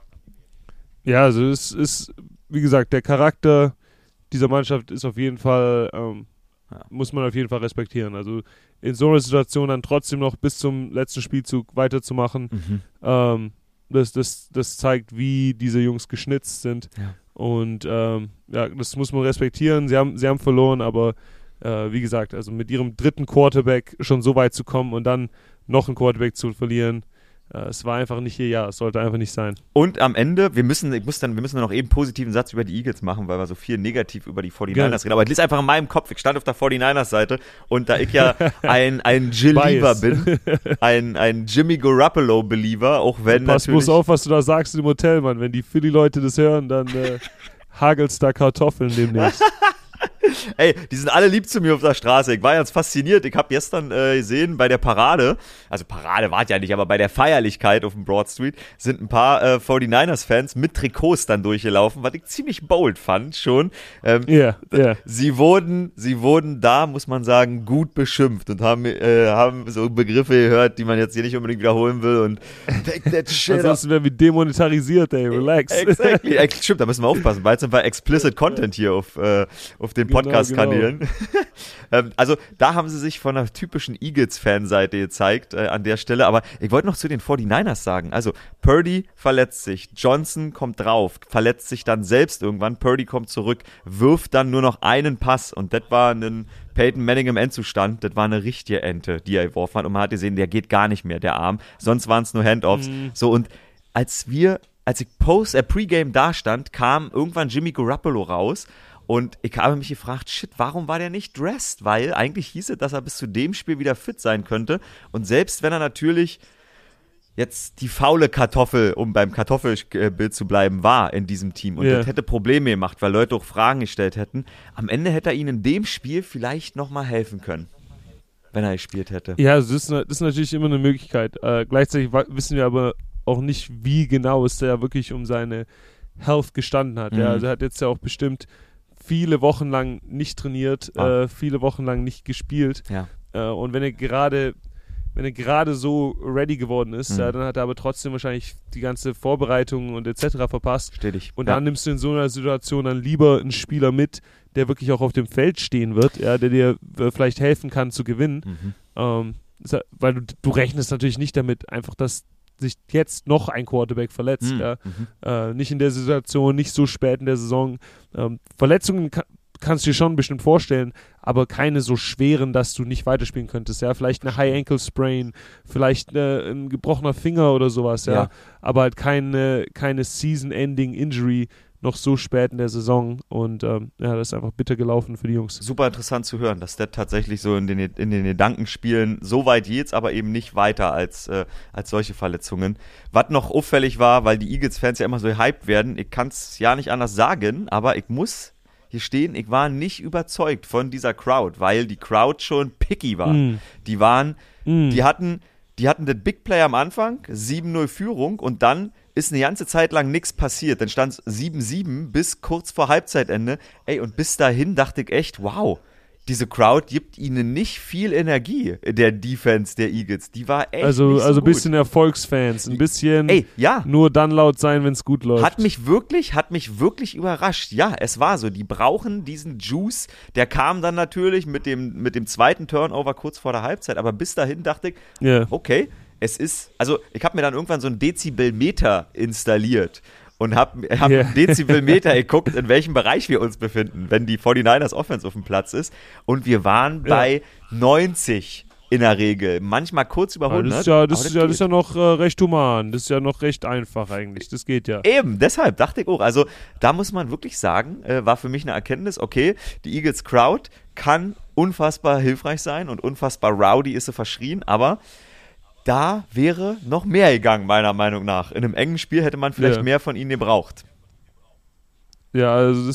Ja, also es ist, wie gesagt, der Charakter dieser Mannschaft ist auf jeden Fall, muss man auf jeden Fall respektieren. Also in so einer Situation dann trotzdem noch bis zum letzten Spielzug weiterzumachen, das zeigt, wie diese Jungs geschnitzt sind. Ja. Und das muss man respektieren. Sie haben verloren, aber wie gesagt, also mit ihrem dritten Quarterback schon so weit zu kommen und dann noch einen Quarterback zu verlieren, es war einfach nicht ihr Jahr. Es sollte einfach nicht sein. Und am Ende, wir müssen noch eben einen positiven Satz über die Eagles machen, weil wir so viel negativ über die 49ers reden. Aber ich lese einfach in meinem Kopf, ich stand auf der 49ers-Seite, und da ich ja ein Jill-Believer bin, ein Jimmy Garoppolo-Believer, auch wenn Pass bloß auf, was du da sagst im Hotel, Mann. Wenn die Philly-Leute das hören, dann hagelt's da Kartoffeln demnächst. Ey, die sind alle lieb zu mir auf der Straße. Ich war ganz fasziniert. Ich habe gestern gesehen bei der Parade, also Parade war es ja nicht, aber bei der Feierlichkeit auf dem Broad Street sind ein paar 49ers-Fans mit Trikots dann durchgelaufen, was ich ziemlich bold fand schon. Sie wurden da, muss man sagen, gut beschimpft und haben so Begriffe gehört, die man jetzt hier nicht unbedingt wiederholen will und take that shit. Ansonsten werden wir demonetarisiert, ey, relax. Exactly. Stimmt, da müssen wir aufpassen, weil jetzt sind wir explicit Content hier auf den Podcast-Kanälen. Genau. Also da haben sie sich von einer typischen Eagles-Fanseite gezeigt an der Stelle, aber ich wollte noch zu den 49ers sagen, also Purdy verletzt sich, Johnson kommt drauf, verletzt sich dann selbst irgendwann, Purdy kommt zurück, wirft dann nur noch einen Pass und das war ein Peyton Manning im Endzustand, das war eine richtige Ente, die er geworfen hat und man hat gesehen, der geht gar nicht mehr, der Arm, sonst waren es nur Handoffs. So, und als ich Pre-Game da stand, kam irgendwann Jimmy Garoppolo raus und ich habe mich gefragt, shit, warum war der nicht dressed? Weil eigentlich hieß es, dass er bis zu dem Spiel wieder fit sein könnte und selbst wenn er natürlich jetzt die faule Kartoffel, um beim Kartoffelbild zu bleiben, war in diesem Team und das hätte Probleme gemacht, weil Leute auch Fragen gestellt hätten, am Ende hätte er ihnen in dem Spiel vielleicht nochmal helfen können, wenn er gespielt hätte. Ja, das ist natürlich immer eine Möglichkeit. Gleichzeitig wissen wir aber auch nicht, wie genau es da ja wirklich um seine Health gestanden hat. Ja, also er hat jetzt ja auch bestimmt viele Wochen lang nicht trainiert, viele Wochen lang nicht gespielt. Ja. Und wenn er gerade so ready geworden ist, dann hat er aber trotzdem wahrscheinlich die ganze Vorbereitung und etc. verpasst. Stetig. Und dann nimmst du in so einer Situation dann lieber einen Spieler mit, der wirklich auch auf dem Feld stehen wird, ja, der dir vielleicht helfen kann zu gewinnen. Weil du rechnest natürlich nicht damit, einfach, dass sich jetzt noch ein Quarterback verletzt. Nicht in der Situation, nicht so spät in der Saison. Verletzungen kannst du dir schon bestimmt vorstellen, aber keine so schweren, dass du nicht weiterspielen könntest. Ja, vielleicht eine High-Ankle-Sprain, vielleicht ein gebrochener Finger oder sowas. Ja, aber halt keine Season-Ending-Injury noch so spät in der Saison und das ist einfach bitter gelaufen für die Jungs. Super interessant zu hören, dass der tatsächlich so in den Gedankenspielen so weit geht's, aber eben nicht weiter als solche Verletzungen. Was noch auffällig war, weil die Eagles-Fans ja immer so hyped werden, ich kann es ja nicht anders sagen, aber ich muss hier stehen, ich war nicht überzeugt von dieser Crowd, weil die Crowd schon picky war. Die hatten den Big Play am Anfang, 7-0 Führung und dann ist eine ganze Zeit lang nichts passiert. Dann stand es 7-7 bis kurz vor Halbzeitende. Ey, und bis dahin dachte ich echt, wow, diese Crowd gibt ihnen nicht viel Energie, der Defense der Eagles. Die war echt nicht so gut. Also ein bisschen Erfolgsfans, ein bisschen nur dann laut sein, wenn es gut läuft. Hat mich wirklich überrascht. Ja, es war so. Die brauchen diesen Juice. Der kam dann natürlich mit dem zweiten Turnover kurz vor der Halbzeit. Aber bis dahin dachte ich, okay, ich habe mir dann irgendwann so ein Dezibelmeter installiert und hab einen Dezibelmeter geguckt, in welchem Bereich wir uns befinden, wenn die 49ers Offense auf dem Platz ist. Und wir waren bei 90 in der Regel. Manchmal kurz über 100. Das ist ja noch recht human. Das ist ja noch recht einfach eigentlich. Das geht ja. Eben, deshalb dachte ich auch. Also da muss man wirklich sagen, war für mich eine Erkenntnis, okay, die Eagles Crowd kann unfassbar hilfreich sein und unfassbar rowdy ist sie verschrien, aber da wäre noch mehr gegangen, meiner Meinung nach. In einem engen Spiel hätte man vielleicht mehr von ihnen gebraucht. Ja, also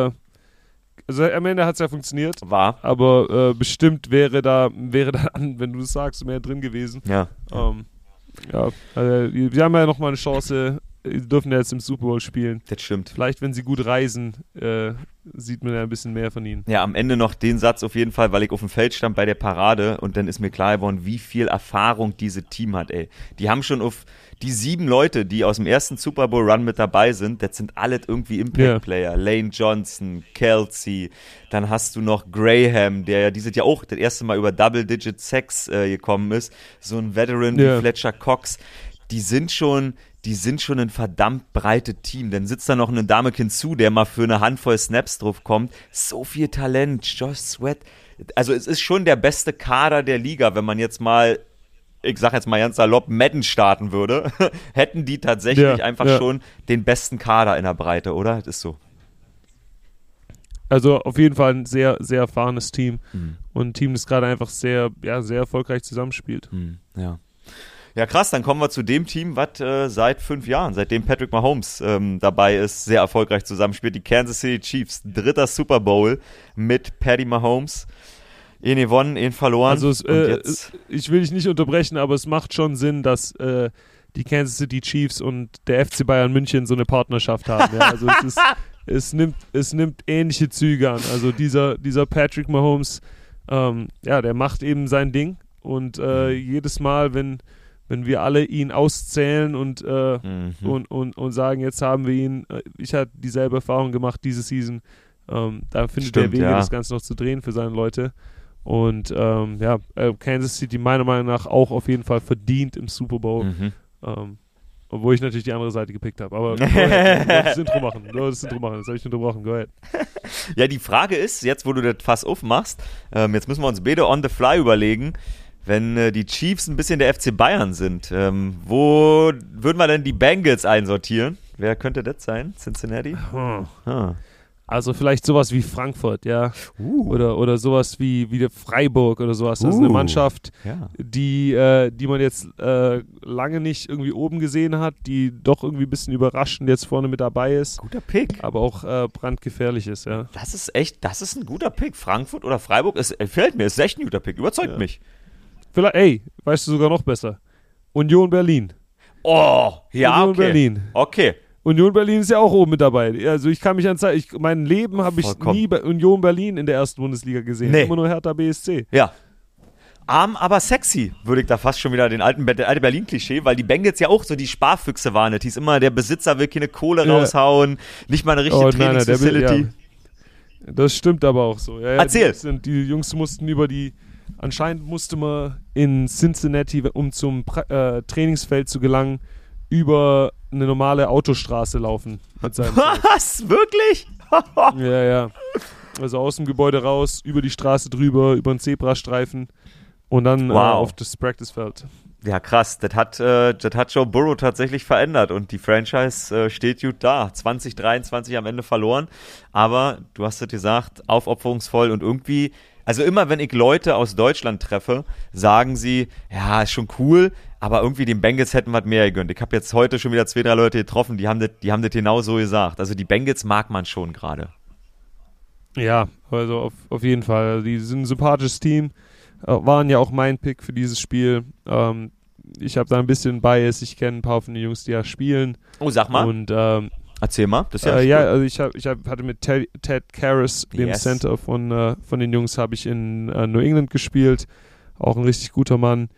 also am Ende hat es ja funktioniert. War. Aber bestimmt wäre da, wenn du es sagst, mehr drin gewesen. Ja. Also, wir haben ja nochmal eine Chance. Die dürfen ja jetzt im Super Bowl spielen. Das stimmt. Vielleicht, wenn sie gut reisen, sieht man ja ein bisschen mehr von ihnen. Ja, am Ende noch den Satz auf jeden Fall, weil ich auf dem Feld stand bei der Parade und dann ist mir klar geworden, wie viel Erfahrung dieses Team hat, ey. Die haben schon auf die 7 Leute, die aus dem ersten Super Bowl Run mit dabei sind, das sind alle irgendwie Impact-Player. Lane Johnson, Kelsey, dann hast du noch Graham, der ja dieses Jahr auch das erste Mal über Double-Digit Sacks gekommen ist. So ein Veteran wie Fletcher Cox. Die sind schon ein verdammt breites Team. Dann sitzt da noch eine Dame hinzu, der mal für eine Handvoll Snaps drauf kommt. So viel Talent, Josh Sweat. Also es ist schon der beste Kader der Liga, wenn man jetzt mal, ich sag jetzt mal ganz salopp, Madden starten würde, hätten die tatsächlich einfach schon den besten Kader in der Breite, oder? Das ist so. Also auf jeden Fall ein sehr, sehr erfahrenes Team. Und ein Team, das gerade einfach sehr, sehr erfolgreich zusammenspielt. Ja. Ja, krass, dann kommen wir zu dem Team, was seit 5 Jahren, seitdem Patrick Mahomes dabei ist, sehr erfolgreich zusammenspielt. Die Kansas City Chiefs, 3. Super Bowl mit Patty Mahomes. Ihn gewonnen, ihn verloren. Also ich will dich nicht unterbrechen, aber es macht schon Sinn, dass die Kansas City Chiefs und der FC Bayern München so eine Partnerschaft haben. Ja? Also es nimmt ähnliche Züge an. Also dieser Patrick Mahomes, der macht eben sein Ding. Und jedes Mal, wenn wir alle ihn auszählen und sagen, jetzt haben wir ihn, ich habe dieselbe Erfahrung gemacht diese Season, da findet der Wege, das Ganze noch zu drehen für seine Leute. Und Kansas City meiner Meinung nach auch auf jeden Fall verdient im Super Bowl. Obwohl ich natürlich die andere Seite gepickt habe. Aber du wolltest das Intro machen. Das habe ich unterbrochen. Go ahead. Ja, die Frage ist, jetzt wo du das Fass aufmachst, jetzt müssen wir uns beide on the fly überlegen, wenn die Chiefs ein bisschen der FC Bayern sind, wo würden wir denn die Bengals einsortieren? Wer könnte das sein? Cincinnati? Also vielleicht sowas wie Frankfurt, ja. Oder sowas wie der Freiburg oder sowas. Das ist eine Mannschaft, die man jetzt lange nicht irgendwie oben gesehen hat, die doch irgendwie ein bisschen überraschend jetzt vorne mit dabei ist. Guter Pick. Aber auch brandgefährlich ist, ja. Das ist ein guter Pick. Frankfurt oder Freiburg, gefällt mir, ist echt ein guter Pick. Überzeugt mich. Vielleicht, weißt du sogar noch besser. Union Berlin. Oh, ja, Union Berlin. Okay. Union Berlin ist ja auch oben mit dabei. Also ich kann mich an mein Leben habe ich nie bei Union Berlin in der ersten Bundesliga gesehen. Nee. Immer nur Hertha BSC. Ja. Arm, aber sexy, würde ich da fast schon wieder den alte Berlin-Klischee, weil die Bengals ja auch so die Sparfüchse waren. Das hieß immer, der Besitzer will keine Kohle raushauen, nicht mal eine richtige Trainingsfacility. Das stimmt aber auch so. Ja, Erzähl. Die Jungs mussten anscheinend musste man in Cincinnati, um zum Trainingsfeld zu gelangen, über eine normale Autostraße laufen. Was? Wirklich? Ja. Also aus dem Gebäude raus, über die Straße drüber, über einen Zebrastreifen und dann auf das Practicefeld. Ja, krass. Das hat Joe Burrow tatsächlich verändert und die Franchise steht gut da. 2023 am Ende verloren, aber du hast es gesagt, aufopferungsvoll und irgendwie, also immer wenn ich Leute aus Deutschland treffe, sagen sie, ja, ist schon cool, aber irgendwie den Bengals hätten wir mehr gegönnt. Ich habe jetzt heute schon wieder 2, 3 Leute getroffen, die haben das genau so gesagt. Also die Bengals mag man schon gerade. Ja, also auf jeden Fall. Also die sind ein sympathisches Team, waren ja auch mein Pick für dieses Spiel. Ich habe da ein bisschen Bias, ich kenne ein paar von den Jungs, die ja spielen. Oh, sag mal. Und erzähl mal. Das ist also ich hatte mit Ted Karras, dem Center von den Jungs, habe ich in New England gespielt. Auch ein richtig guter Mann.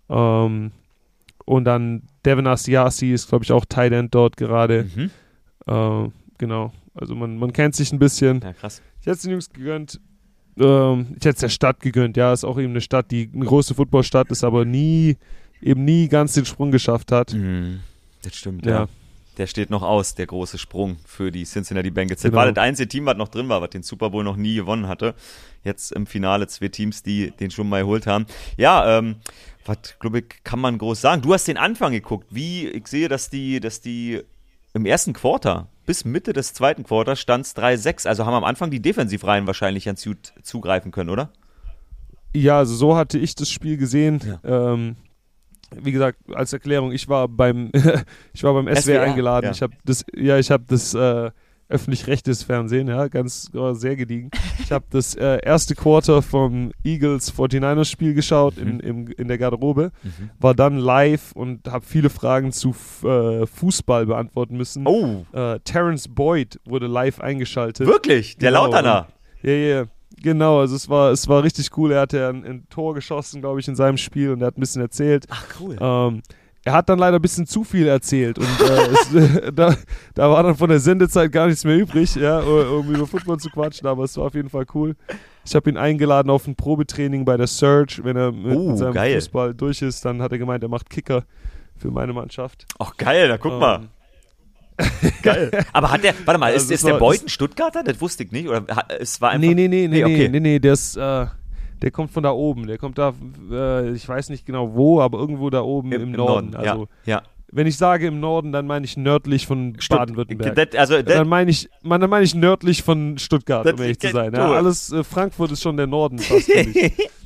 Und dann Devin Asiasi ist, glaube ich, auch Tight End dort gerade. Genau. Also man kennt sich ein bisschen. Ja, krass. Ich hätte es den Jungs gegönnt. Ich hätte es der Stadt gegönnt. Ja, ist auch eben eine Stadt, die eine große Footballstadt ist, aber nie ganz den Sprung geschafft hat. Das stimmt, ja. Der steht noch aus, der große Sprung für die Cincinnati Bengals. Das war das einzige Team, was noch drin war, was den Super Bowl noch nie gewonnen hatte. Jetzt im Finale 2 Teams, die den schon mal geholt haben. Ja, was, glaube ich, kann man groß sagen. Du hast den Anfang geguckt. Ich sehe, dass die im ersten Quarter bis Mitte des zweiten Quarters stand es 3-6. Also haben am Anfang die Defensivreihen wahrscheinlich ganz gut zugreifen können, oder? Ja, also so hatte ich das Spiel gesehen. Ja. Wie gesagt, als Erklärung, ich war beim SWR eingeladen. Ja. Ich habe das öffentlich-rechtliches Fernsehen, ja, sehr gediegen. Ich habe das erste Quarter vom Eagles-49ers Spiel geschaut in der Garderobe, war dann live und habe viele Fragen zu Fußball beantworten müssen. Oh! Terrence Boyd wurde live eingeschaltet. Wirklich? Der Lauterner? Ja. Genau, also es war richtig cool. Er hatte ein Tor geschossen, glaube ich, in seinem Spiel und er hat ein bisschen erzählt. Ach, cool. Er hat dann leider ein bisschen zu viel erzählt und da war dann von der Sendezeit gar nichts mehr übrig, ja, um über Football zu quatschen, aber es war auf jeden Fall cool. Ich habe ihn eingeladen auf ein Probetraining bei der Surge. Wenn er mit seinem Fußball durch ist, dann hat er gemeint, er macht Kicker für meine Mannschaft. Ach geil, da guck mal. Geil. Aber hat der, warte mal, ist der Boyd ein Stuttgarter? Das wusste ich nicht. Oder es war einfach. Nee, der kommt von da oben. Der kommt da, ich weiß nicht genau wo, aber irgendwo da oben im Norden. Also, ja. Wenn ich sage im Norden, dann meine ich nördlich von Baden-Württemberg. Dann meine ich nördlich von Stuttgart, um ehrlich zu sein. Ja, alles, Frankfurt ist schon der Norden fast, finde ich.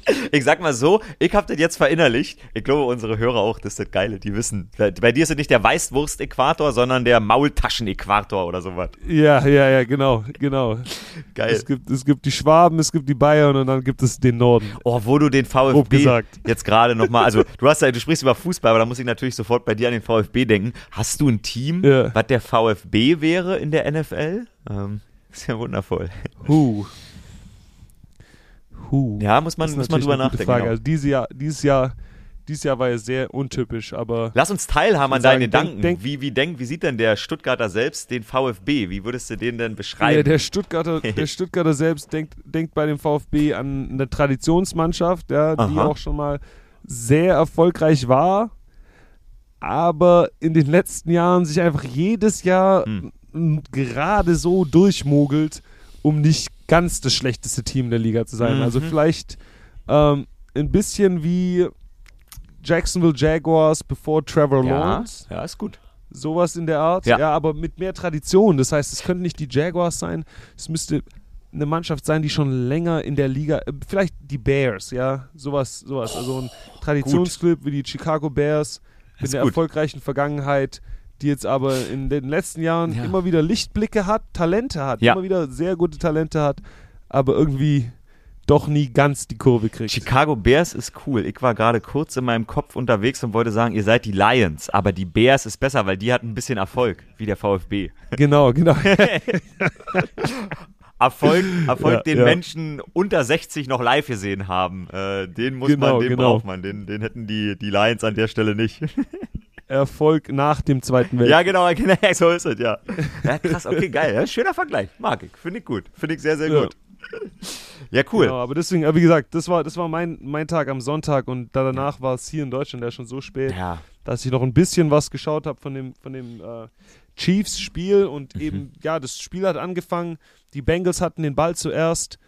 Ich sag mal so, ich hab das jetzt verinnerlicht. Ich glaube, unsere Hörer auch, das ist das Geile. Die wissen, bei dir ist es nicht der Weißwurst-Äquator, sondern der Maultaschen-Äquator oder sowas. Ja, genau. Geil. Es gibt die Schwaben, es gibt die Bayern und dann gibt es den Norden. Oh, wo du den Grob VfB gesagt. jetzt gerade nochmal, also du sprichst über Fußball, aber da muss ich natürlich sofort bei dir an den VfB denken. Hast du ein Team, Ja. was der VfB wäre in der NFL? Ist ja wundervoll. Ja, muss man drüber nachdenken. Frage. Genau. Also dieses Jahr war ja sehr untypisch, aber Lass uns teilhaben an sagen, deinen Gedanken. Wie sieht denn der Stuttgarter selbst den VfB? Wie würdest du den denn beschreiben? ja, der Stuttgarter selbst denkt bei dem VfB an eine Traditionsmannschaft, ja, die Aha. auch schon mal sehr erfolgreich war, aber in den letzten Jahren sich einfach jedes Jahr gerade so durchmogelt, um nicht ganz das schlechteste Team der Liga zu sein. Also vielleicht ein bisschen wie Jacksonville Jaguars bevor Trevor Lawrence. Ja, ist gut. Sowas in der Art. Ja. Ja, aber mit mehr Tradition. Das heißt, es könnten nicht die Jaguars sein. Es müsste eine Mannschaft sein, die schon länger in der Liga, vielleicht die Bears, ja, sowas. Also ein Traditionsclub wie die Chicago Bears mit einer erfolgreichen Vergangenheit, die jetzt aber in den letzten Jahren immer wieder Lichtblicke hat, Talente hat, immer wieder sehr gute Talente hat, aber irgendwie doch nie ganz die Kurve kriegt. Chicago Bears ist cool. Ich war gerade kurz in meinem Kopf unterwegs und wollte sagen, ihr seid die Lions, aber die Bears ist besser, weil die hatten ein bisschen Erfolg, wie der VfB. Genau. Erfolg, den Menschen unter 60 noch live gesehen haben. Den braucht man. Den hätten die Lions an der Stelle nicht. Erfolg nach dem Zweiten Weltkrieg. Ja, genau, so ist es, ja. Ja, krass, okay, geil. Ja, schöner Vergleich. Mag ich. Finde ich gut. Finde ich sehr, sehr gut. Ja, cool. Genau, aber deswegen, wie gesagt, das war mein Tag am Sonntag und danach war es hier in Deutschland ja schon so spät, dass ich noch ein bisschen was geschaut habe von dem Chiefs-Spiel und eben, das Spiel hat angefangen, die Bengals hatten den Ball zuerst,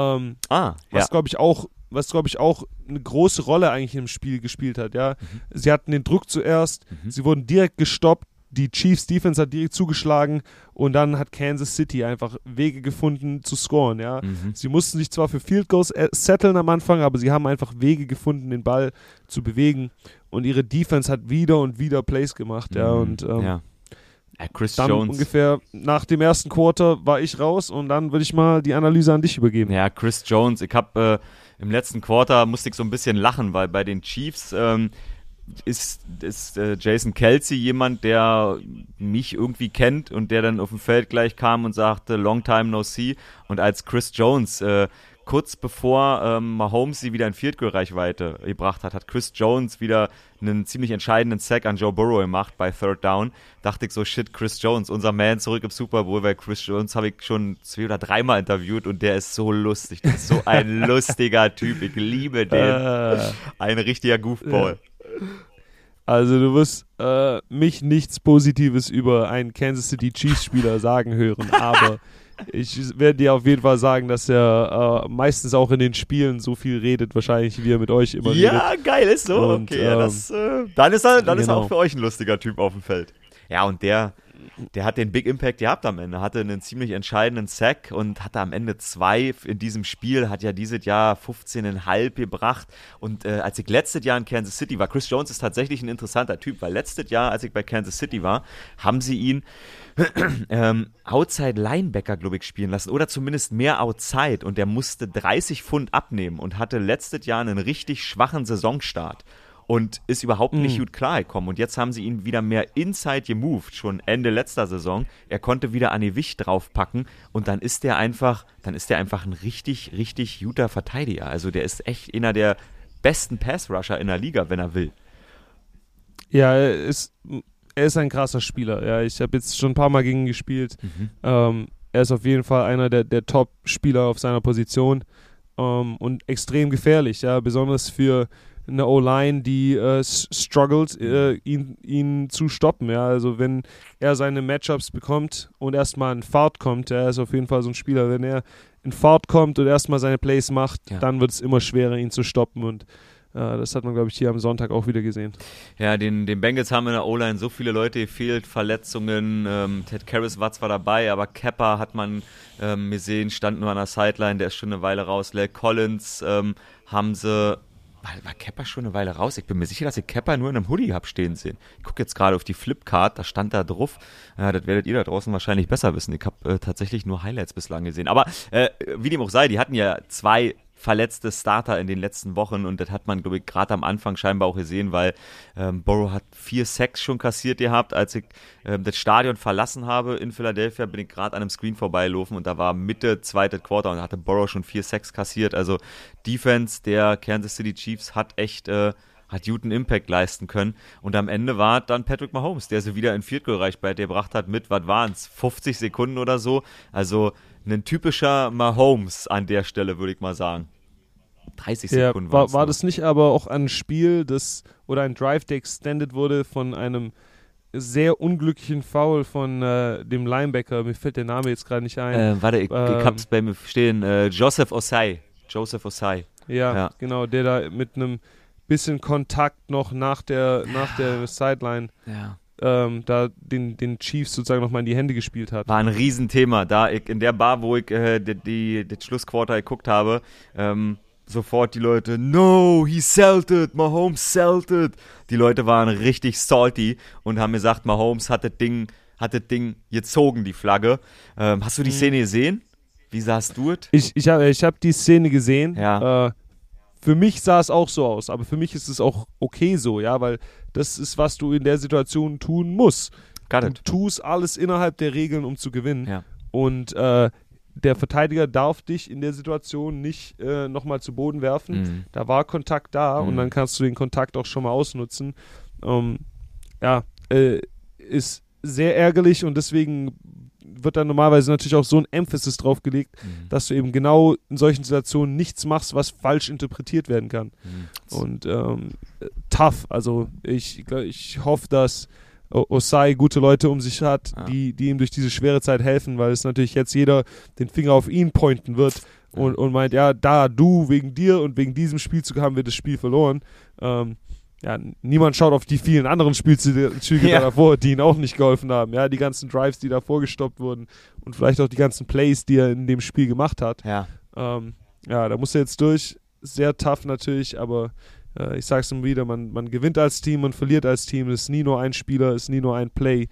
was glaube ich auch eine große Rolle eigentlich im Spiel gespielt hat, ja. Sie hatten den Druck zuerst, sie wurden direkt gestoppt, die Chiefs Defense hat direkt zugeschlagen und dann hat Kansas City einfach Wege gefunden zu scoren, ja. Sie mussten sich zwar für Field Goals setteln am Anfang, aber sie haben einfach Wege gefunden, den Ball zu bewegen und ihre Defense hat wieder und wieder Plays gemacht, ja, und Chris dann Jones. ungefähr nach dem ersten Quarter war ich raus und dann würde ich mal die Analyse an dich übergeben. Ja, Chris Jones. Ich habe im letzten Quarter musste ich so ein bisschen lachen, weil bei den Chiefs ist Jason Kelce jemand, der mich irgendwie kennt und der dann auf dem Feld gleich kam und sagte, long time no see. Und als Chris Jones kurz bevor Mahomes sie wieder in Field-Goal-Reichweite gebracht hat, hat Chris Jones wieder einen ziemlich entscheidenden Sack an Joe Burrow gemacht bei Third Down. Dachte ich so, shit, Chris Jones, unser Man zurück im Super Bowl, weil Chris Jones habe ich schon 2 oder 3 Mal interviewt und der ist so lustig. Der ist so ein lustiger Typ. Ich liebe den. Ein richtiger Goofball. Also du wirst mich nichts Positives über einen Kansas City Chiefs-Spieler sagen hören, aber ich werde dir auf jeden Fall sagen, dass er meistens auch in den Spielen so viel redet, wahrscheinlich wie er mit euch immer redet. Ja, geil, ist so. Und, okay, dann ist er auch für euch ein lustiger Typ auf dem Feld. Ja, und der hat den Big Impact gehabt am Ende, hatte einen ziemlich entscheidenden Sack und hatte am Ende 2 in diesem Spiel, hat ja dieses Jahr 15,5 gebracht und als ich letztes Jahr in Kansas City war, Chris Jones ist tatsächlich ein interessanter Typ, weil letztes Jahr, als ich bei Kansas City war, haben sie ihn Outside Linebacker, glaube ich, spielen lassen oder zumindest mehr Outside und der musste 30 Pfund abnehmen und hatte letztes Jahr einen richtig schwachen Saisonstart und ist überhaupt nicht gut klargekommen. Und jetzt haben sie ihn wieder mehr Inside gemoved, schon Ende letzter Saison. Er konnte wieder an Gewicht draufpacken und dann ist der einfach ein richtig, richtig guter Verteidiger. Also der ist echt einer der besten Pass-Rusher in der Liga, wenn er will. Ja, er ist ein krasser Spieler. Ja, ich habe jetzt schon ein paar Mal gegen ihn gespielt. Er ist auf jeden Fall einer der Top-Spieler auf seiner Position und extrem gefährlich, ja, besonders für eine O-Line, die struggles, ihn zu stoppen. Ja, also wenn er seine Matchups bekommt und erstmal in Fahrt kommt, er ist auf jeden Fall so ein Spieler, wenn er in Fahrt kommt und erstmal seine Plays macht, dann wird es immer schwerer, ihn zu stoppen und Das hat man, glaube ich, hier am Sonntag auch wieder gesehen. Ja, den Bengals haben in der O-Line so viele Leute gefehlt, Verletzungen. Ted Karras war zwar dabei, aber Kepper hat man gesehen, stand nur an der Sideline, der ist schon eine Weile raus. Lel Collins haben sie... War Kepper schon eine Weile raus? Ich bin mir sicher, dass ich Kepper nur in einem Hoodie habe stehen sehen. Ich gucke jetzt gerade auf die Flipcard, da stand da drauf. Das werdet ihr da draußen wahrscheinlich besser wissen. Ich habe tatsächlich nur Highlights bislang gesehen. Aber wie dem auch sei, die hatten ja 2 verletzte Starter in den letzten Wochen und das hat man, glaube ich, gerade am Anfang scheinbar auch gesehen, weil Burrow hat 4 Sacks schon kassiert gehabt. Als ich das Stadion verlassen habe in Philadelphia, bin ich gerade an einem Screen vorbeigelaufen und da war Mitte, zweite Quarter und da hatte Burrow schon 4 Sacks kassiert. Also Defense der Kansas City Chiefs hat echt hat guten Impact leisten können. Und am Ende war dann Patrick Mahomes, der sie wieder in Field Goal Reichweite gebracht hat mit, was waren es, 50 Sekunden oder so. Also ein typischer Mahomes an der Stelle, würde ich mal sagen. 30 Sekunden war das nicht aber auch ein Spiel, oder ein Drive, der extended wurde von einem sehr unglücklichen Foul von dem Linebacker, mir fällt der Name jetzt gerade nicht ein. Warte, ich hab's bei mir stehen, Joseph Osai. Ja, genau, der da mit einem bisschen Kontakt noch nach der Sideline da den Chiefs sozusagen nochmal in die Hände gespielt hat. War ein Riesenthema, da ich in der Bar, wo ich das Schlussquarter geguckt habe, sofort die Leute, no, he selted, Mahomes selted. Die Leute waren richtig salty und haben gesagt, Mahomes hat das Ding gezogen, die Flagge. Hast du die Szene gesehen? Wie sahst du es? Ich hab die Szene gesehen. Ja. Für mich sah es auch so aus, aber für mich ist es auch okay so, ja, weil das ist, was du in der Situation tun musst. Du tust alles innerhalb der Regeln, um zu gewinnen. Ja. Und der Verteidiger darf dich in der Situation nicht nochmal zu Boden werfen. Da war Kontakt da und dann kannst du den Kontakt auch schon mal ausnutzen. Ist sehr ärgerlich und deswegen wird dann normalerweise natürlich auch so ein Emphasis drauf gelegt, dass du eben genau in solchen Situationen nichts machst, was falsch interpretiert werden kann. Und tough. Also ich hoffe, dass Osai gute Leute um sich hat, die ihm durch diese schwere Zeit helfen, weil es natürlich jetzt jeder den Finger auf ihn pointen wird und meint, ja, wegen dir und wegen diesem Spielzug haben wir das Spiel verloren. Niemand schaut auf die vielen anderen Spielzüge davor, die ihn auch nicht geholfen haben. Ja, die ganzen Drives, die davor gestoppt wurden und vielleicht auch die ganzen Plays, die er in dem Spiel gemacht hat. Da muss er jetzt durch. Sehr tough natürlich, aber ich sag's immer wieder, man gewinnt als Team, man verliert als Team. Es ist nie nur ein Spieler, es ist nie nur ein Play.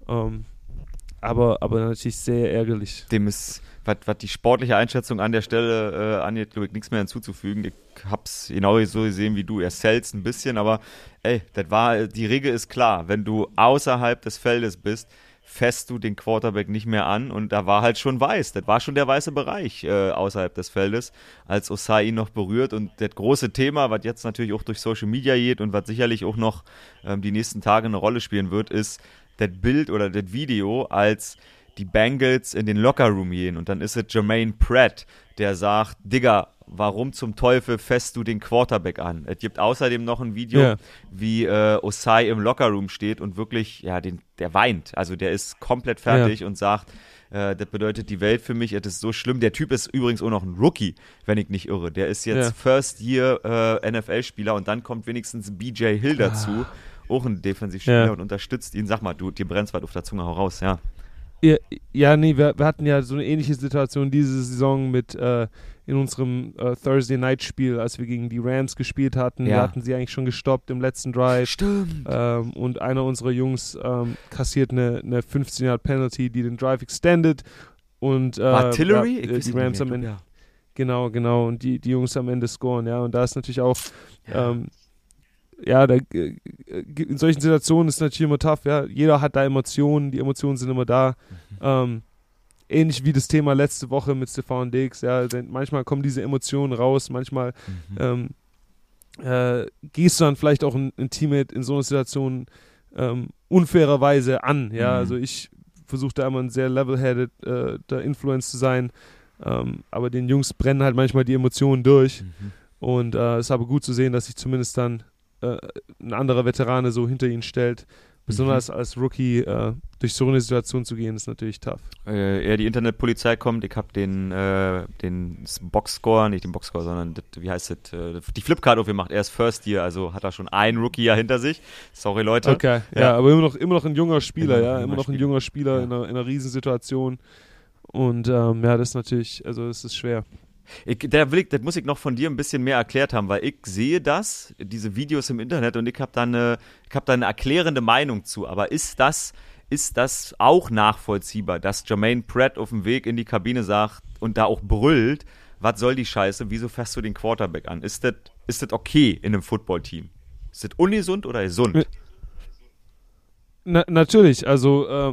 Aber natürlich sehr ärgerlich. Dem ist, was die sportliche Einschätzung an der Stelle angeht, glaube ich, nichts mehr hinzuzufügen. Ich hab's genau so gesehen wie du. Er sells ein bisschen, aber die Regel ist klar. Wenn du außerhalb des Feldes bist, fässt du den Quarterback nicht mehr an und da war halt schon weiß. Das war schon der weiße Bereich außerhalb des Feldes, als Osai ihn noch berührt. Und das große Thema, was jetzt natürlich auch durch Social Media geht und was sicherlich auch noch die nächsten Tage eine Rolle spielen wird, ist das Bild oder das Video, als die Bengals in den Lockerroom gehen und dann ist es Jermaine Pratt, der sagt, Digga, warum zum Teufel fässt du den Quarterback an? Es gibt außerdem noch ein Video, wie Osai im Lockerroom steht und wirklich, der weint, also der ist komplett fertig und sagt, das bedeutet die Welt für mich, es ist so schlimm. Der Typ ist übrigens auch noch ein Rookie, wenn ich nicht irre. Der ist jetzt First-Year NFL-Spieler und dann kommt wenigstens BJ Hill dazu, auch ein Defensivspieler und unterstützt ihn. Sag mal, dir brennt's was auf der Zunge, hau raus, ja. Wir hatten ja so eine ähnliche Situation diese Saison mit in unserem Thursday-Night-Spiel, als wir gegen die Rams gespielt hatten. Wir hatten sie eigentlich schon gestoppt im letzten Drive. Stimmt. Und einer unserer Jungs kassiert eine 15-Yard-Penalty, die den Drive extended. Und Artillery? Die Rams am Ende. Genau. Und die Jungs am Ende scoren, ja. Und da ist natürlich auch in solchen Situationen ist es natürlich immer tough, ja. Jeder hat da Emotionen, die Emotionen sind immer da. Ähnlich wie das Thema letzte Woche mit Stefan Diggs, ja. Manchmal kommen diese Emotionen raus, manchmal gehst du dann vielleicht auch ein Teammate in so einer Situation unfairerweise an, ja. Also ich versuche da immer ein sehr level-headed Influence zu sein, aber den Jungs brennen halt manchmal die Emotionen durch und es ist aber gut zu sehen, dass sich zumindest dann ein anderer Veterane so hinter ihn stellt Besonders als Rookie durch so eine Situation zu gehen, ist natürlich tough. Die Internetpolizei kommt, ich habe den Boxscore, nicht den Boxscore, sondern wie heißt das, die Flipcard aufgemacht. Er ist First Year, also hat er schon ein Rookie-Jahr hinter sich. Sorry, Leute. Okay, ja, aber immer noch ein junger Spieler, immer noch ein junger Spieler ja. in einer Riesensituation. Und das ist natürlich, also es ist schwer. Das muss ich noch von dir ein bisschen mehr erklärt haben, weil ich sehe diese Videos im Internet und ich habe da eine erklärende Meinung zu. Aber ist das auch nachvollziehbar, dass Jermaine Pratt auf dem Weg in die Kabine sagt und da auch brüllt, was soll die Scheiße, wieso fährst du den Quarterback an? Ist das okay in einem Footballteam? Ist das ungesund oder gesund? Natürlich, also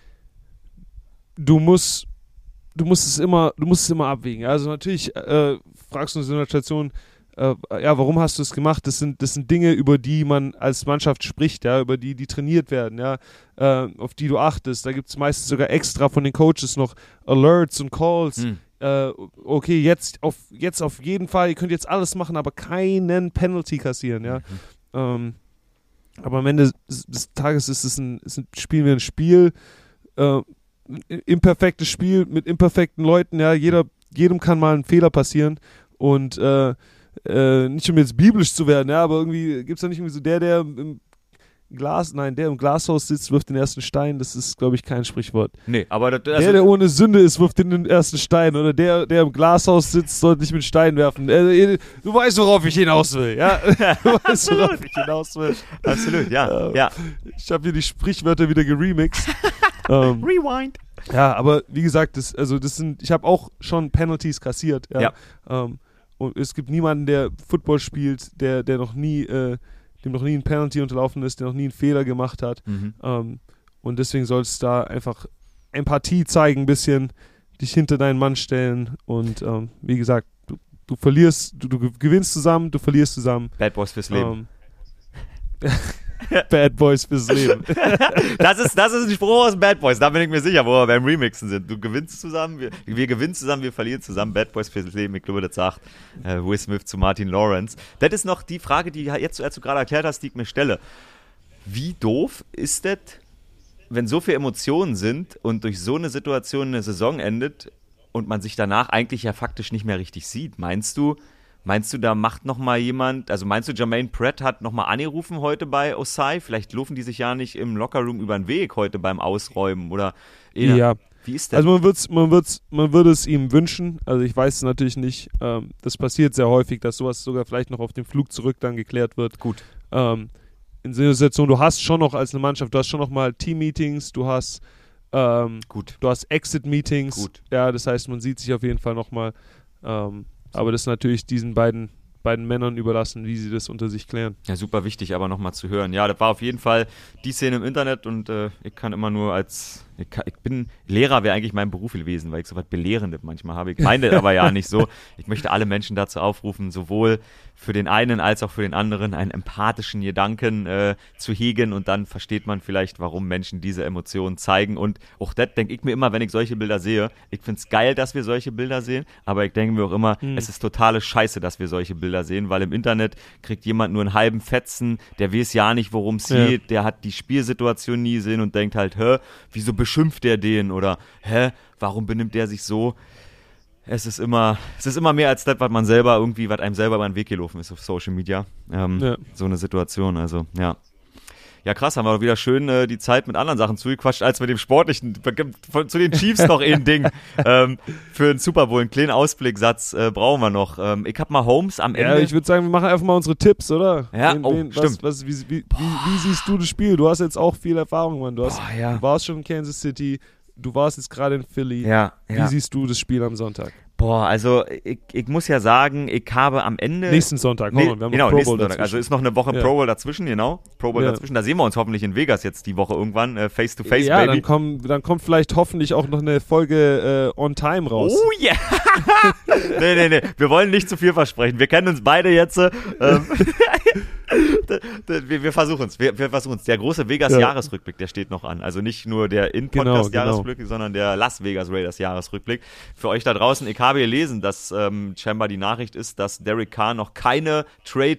du musst es immer abwägen. Also natürlich fragst du in so einer Situation, warum hast du es gemacht? Das sind Dinge, über die man als Mannschaft spricht, ja, über die trainiert werden, ja, auf die du achtest. Da gibt es meistens sogar extra von den Coaches noch Alerts und Calls. Okay, jetzt auf jeden Fall, ihr könnt jetzt alles machen, aber keinen Penalty kassieren, ja. Aber am Ende des Tages spielen wir ein Spiel, imperfektes Spiel mit imperfekten Leuten, ja, jedem kann mal ein Fehler passieren und nicht um jetzt biblisch zu werden, ja, aber irgendwie gibt es da nicht irgendwie so der im Glashaus sitzt, wirft den ersten Stein, das ist, glaube ich, kein Sprichwort. Nee, aber der ohne Sünde ist, wirft den ersten Stein, oder der im Glashaus sitzt, sollte nicht mit Steinen werfen. Du weißt, worauf ich hinaus will, ja? Du weißt, worauf ich hinaus will. Absolut, ja. Ja. Ich habe hier die Sprichwörter wieder geremixed. Rewind. Ja, aber wie gesagt, ich habe auch schon Penalties kassiert, ja. Und es gibt niemanden, der Football spielt, der noch nie dem noch nie ein Penalty unterlaufen ist, der noch nie einen Fehler gemacht hat. Und deswegen sollst du da einfach Empathie zeigen, ein bisschen, dich hinter deinen Mann stellen und wie gesagt, du verlierst, du gewinnst zusammen, du verlierst zusammen. Bad Boys fürs Leben. Bad Boys fürs Leben. Das ist ein Spruch aus Bad Boys, da bin ich mir sicher, wo wir beim Remixen sind. Du gewinnst zusammen, wir gewinnen zusammen, wir verlieren zusammen. Bad Boys fürs Leben, ich glaube, das sagt Will Smith zu Martin Lawrence. Das ist noch die Frage, die jetzt, als du gerade erklärt hast, die ich mir stelle. Wie doof ist das, wenn so viele Emotionen sind und durch so eine Situation eine Saison endet und man sich danach eigentlich ja faktisch nicht mehr richtig sieht? Meinst du, da macht nochmal jemand, also meinst du, Jermaine Pratt hat nochmal angerufen heute bei Osai? Vielleicht laufen die sich ja nicht im Lockerroom über den Weg heute beim Ausräumen oder ja. Wie ist das? Also man würde es ihm wünschen, also ich weiß es natürlich nicht, das passiert sehr häufig, dass sowas sogar vielleicht noch auf dem Flug zurück dann geklärt wird. Gut. In so einer Situation, du hast schon noch als eine Mannschaft, du hast schon noch mal Team-Meetings, du hast Exit-Meetings. Gut. Ja, das heißt, man sieht sich auf jeden Fall nochmal. Aber das ist natürlich diesen beiden Männern überlassen, wie sie das unter sich klären. Ja, super wichtig, aber nochmal zu hören. Ja, das war auf jeden Fall die Szene im Internet und ich kann immer nur ich bin Lehrer, wäre eigentlich mein Beruf gewesen, weil ich so was Belehrendes manchmal habe. Ich meine das aber ja nicht so. Ich möchte alle Menschen dazu aufrufen, sowohl für den einen als auch für den anderen einen empathischen Gedanken zu hegen und dann versteht man vielleicht, warum Menschen diese Emotionen zeigen und auch das denke ich mir immer, wenn ich solche Bilder sehe. Ich finde es geil, dass wir solche Bilder sehen, aber ich denke mir auch immer, es ist totale Scheiße, dass wir solche Bilder sehen, weil im Internet kriegt jemand nur einen halben Fetzen, der weiß ja nicht, worum es geht, der hat die Spielsituation nie gesehen und denkt halt, wieso beschimpft der den oder warum benimmt der sich so? Es ist immer mehr als das, was einem selber über den Weg gelaufen ist auf Social Media. So eine Situation, also ja. Ja, krass, haben wir doch wieder schön die Zeit mit anderen Sachen zugequatscht, als mit dem Sportlichen. Zu den Chiefs noch ein Ding. Für den Super Bowl, einen kleinen Ausblicksatz brauchen wir noch. Ich hab mal Holmes am Ende. Ja, ich würde sagen, wir machen einfach mal unsere Tipps, oder? Ja, stimmt. Wie siehst du das Spiel? Du hast jetzt auch viel Erfahrung, Mann. Du warst schon in Kansas City, du warst jetzt gerade in Philly. Ja. Wie siehst du das Spiel am Sonntag? Boah, also ich muss ja sagen, ich habe am Ende... Nächsten Sonntag, wir haben genau, Pro nächsten Bowl Sonntag. Also ist noch eine Woche Pro Bowl dazwischen, genau. Pro Bowl dazwischen. Da sehen wir uns hoffentlich in Vegas jetzt die Woche irgendwann, face-to-face, ja, Baby. Dann kommt vielleicht hoffentlich auch noch eine Folge On Time raus. Oh yeah! Nee, wir wollen nicht zu viel versprechen. Wir kennen uns beide jetzt. Wir versuchen es. Wir versuchen es. Der große Vegas-Jahresrückblick, der steht noch an. Also nicht nur der In-Podcast-Jahresrückblick, sondern der Las Vegas Raiders-Jahresrückblick. Für euch da draußen, ich habe gelesen, dass scheinbar die Nachricht ist, dass Derek Carr noch keine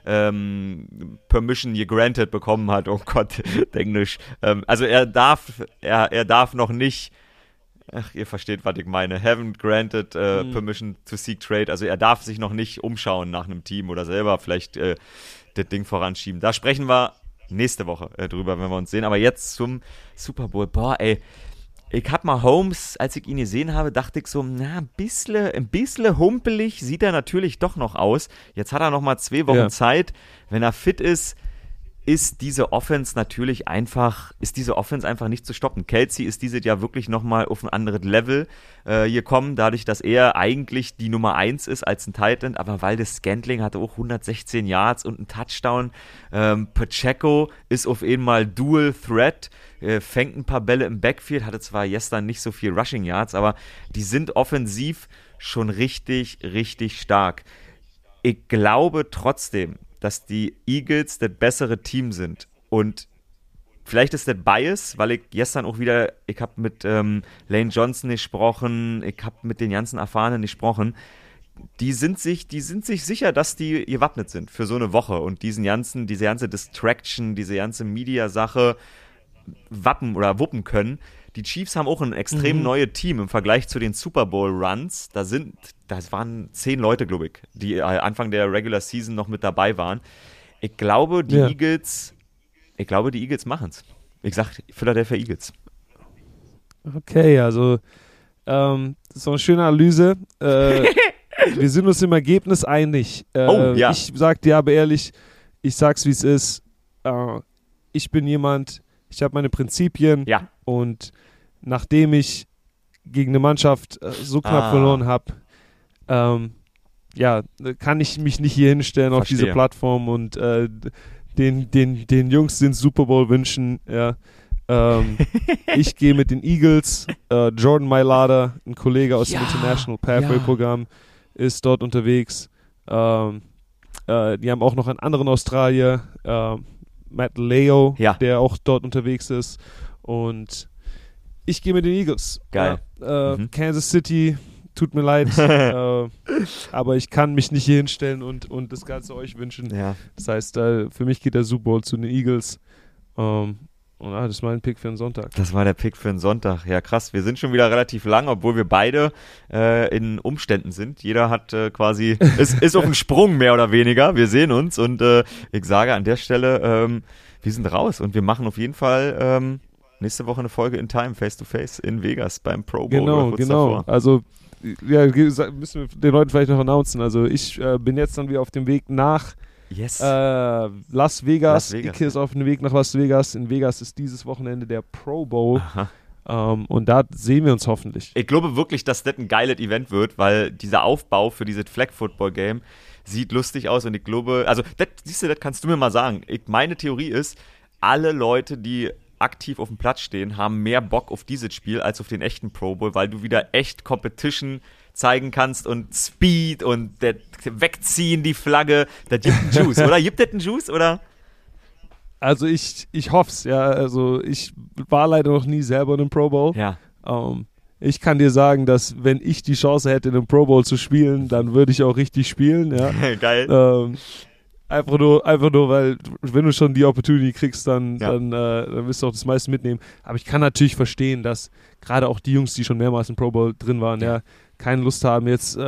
Permission granted bekommen hat. Oh Gott, Englisch. Also er darf noch nicht, ach, ihr versteht, was ich meine, haven't granted permission to seek trade. Also er darf sich noch nicht umschauen nach einem Team oder selber vielleicht das Ding voranschieben. Da sprechen wir nächste Woche drüber, wenn wir uns sehen. Aber jetzt zum Super Bowl. Boah, ey. Ich hab mal Holmes, als ich ihn gesehen habe, dachte ich so, na, ein bisschen humpelig sieht er natürlich doch noch aus. Jetzt hat er noch mal 2 Wochen Zeit. Wenn er fit ist diese Offense einfach nicht zu stoppen. Kelce ist dieses Jahr wirklich noch mal auf ein anderes Level gekommen, dadurch, dass er eigentlich die Nummer 1 ist als ein Tight End, aber Valdes-Scantling hatte auch 116 Yards und einen Touchdown. Pacheco ist auf einmal Dual Threat, fängt ein paar Bälle im Backfield, hatte zwar gestern nicht so viel Rushing Yards, aber die sind offensiv schon richtig, richtig stark. Ich glaube trotzdem, dass die Eagles das bessere Team sind. Und vielleicht ist das Bias, weil ich gestern auch wieder, ich habe mit Lane Johnson gesprochen, ich habe mit den ganzen Erfahrenen gesprochen. Die sind sich sicher, dass die gewappnet sind für so eine Woche und diese ganze Distraction, diese ganze Media-Sache wuppen können. Die Chiefs haben auch ein extrem neues Team im Vergleich zu den Super Bowl-Runs. Das waren 10 Leute, glaube ich, die Anfang der Regular Season noch mit dabei waren. Ich glaube, die Eagles machen es. Ich sag Philadelphia Eagles. Okay, also das ist doch eine schöne Analyse. Wir sind uns im Ergebnis einig. Ich sag dir aber ehrlich, ich sag's wie es ist. Ich bin jemand, ich habe meine Prinzipien und nachdem ich gegen eine Mannschaft so knapp verloren habe, kann ich mich nicht hier hinstellen auf diese Plattform und den Jungs den Super Bowl wünschen. Ja. Ich gehe mit den Eagles. Jordan Mailata, ein Kollege aus dem International Pathway Programm, ist dort unterwegs. Die haben auch noch einen anderen Australier, Matt Leo, der auch dort unterwegs ist. Und ich gehe mit den Eagles. Geil. Kansas City, tut mir leid, aber ich kann mich nicht hier hinstellen und das Ganze euch wünschen. Ja. Das heißt, für mich geht der Super Bowl zu den Eagles. Das ist mein Pick für den Sonntag. Das war der Pick für den Sonntag. Ja, krass. Wir sind schon wieder relativ lang, obwohl wir beide in Umständen sind. Jeder hat quasi, ist auf dem Sprung mehr oder weniger. Wir sehen uns und ich sage an der Stelle, wir sind raus und wir machen auf jeden Fall nächste Woche eine Folge in Time, Face-to-Face in Vegas beim Pro Bowl. Genau. Also müssen wir den Leuten vielleicht noch announcen. Also ich bin jetzt dann wieder auf dem Weg nach Las Vegas. Ike ist auf dem Weg nach Las Vegas. In Vegas ist dieses Wochenende der Pro Bowl. Und da sehen wir uns hoffentlich. Ich glaube wirklich, dass das ein geiles Event wird, weil dieser Aufbau für dieses Flag-Football-Game sieht lustig aus und ich glaube, also das kannst du mir mal sagen. Meine Theorie ist, alle Leute, die aktiv auf dem Platz stehen, haben mehr Bock auf dieses Spiel als auf den echten Pro Bowl, weil du wieder echt Competition zeigen kannst und Speed und wegziehen die Flagge. Das gibt einen Juice, oder? Gibt das einen Juice, oder? Also ich hoff's, ja. Also ich war leider noch nie selber in einem Pro Bowl. Ja. Ich kann dir sagen, dass wenn ich die Chance hätte, in einem Pro Bowl zu spielen, dann würde ich auch richtig spielen, ja. Geil. Einfach nur, weil, wenn du schon die Opportunity kriegst, dann wirst du auch das meiste mitnehmen. Aber ich kann natürlich verstehen, dass gerade auch die Jungs, die schon mehrmals im Pro Bowl drin waren, keine Lust haben, jetzt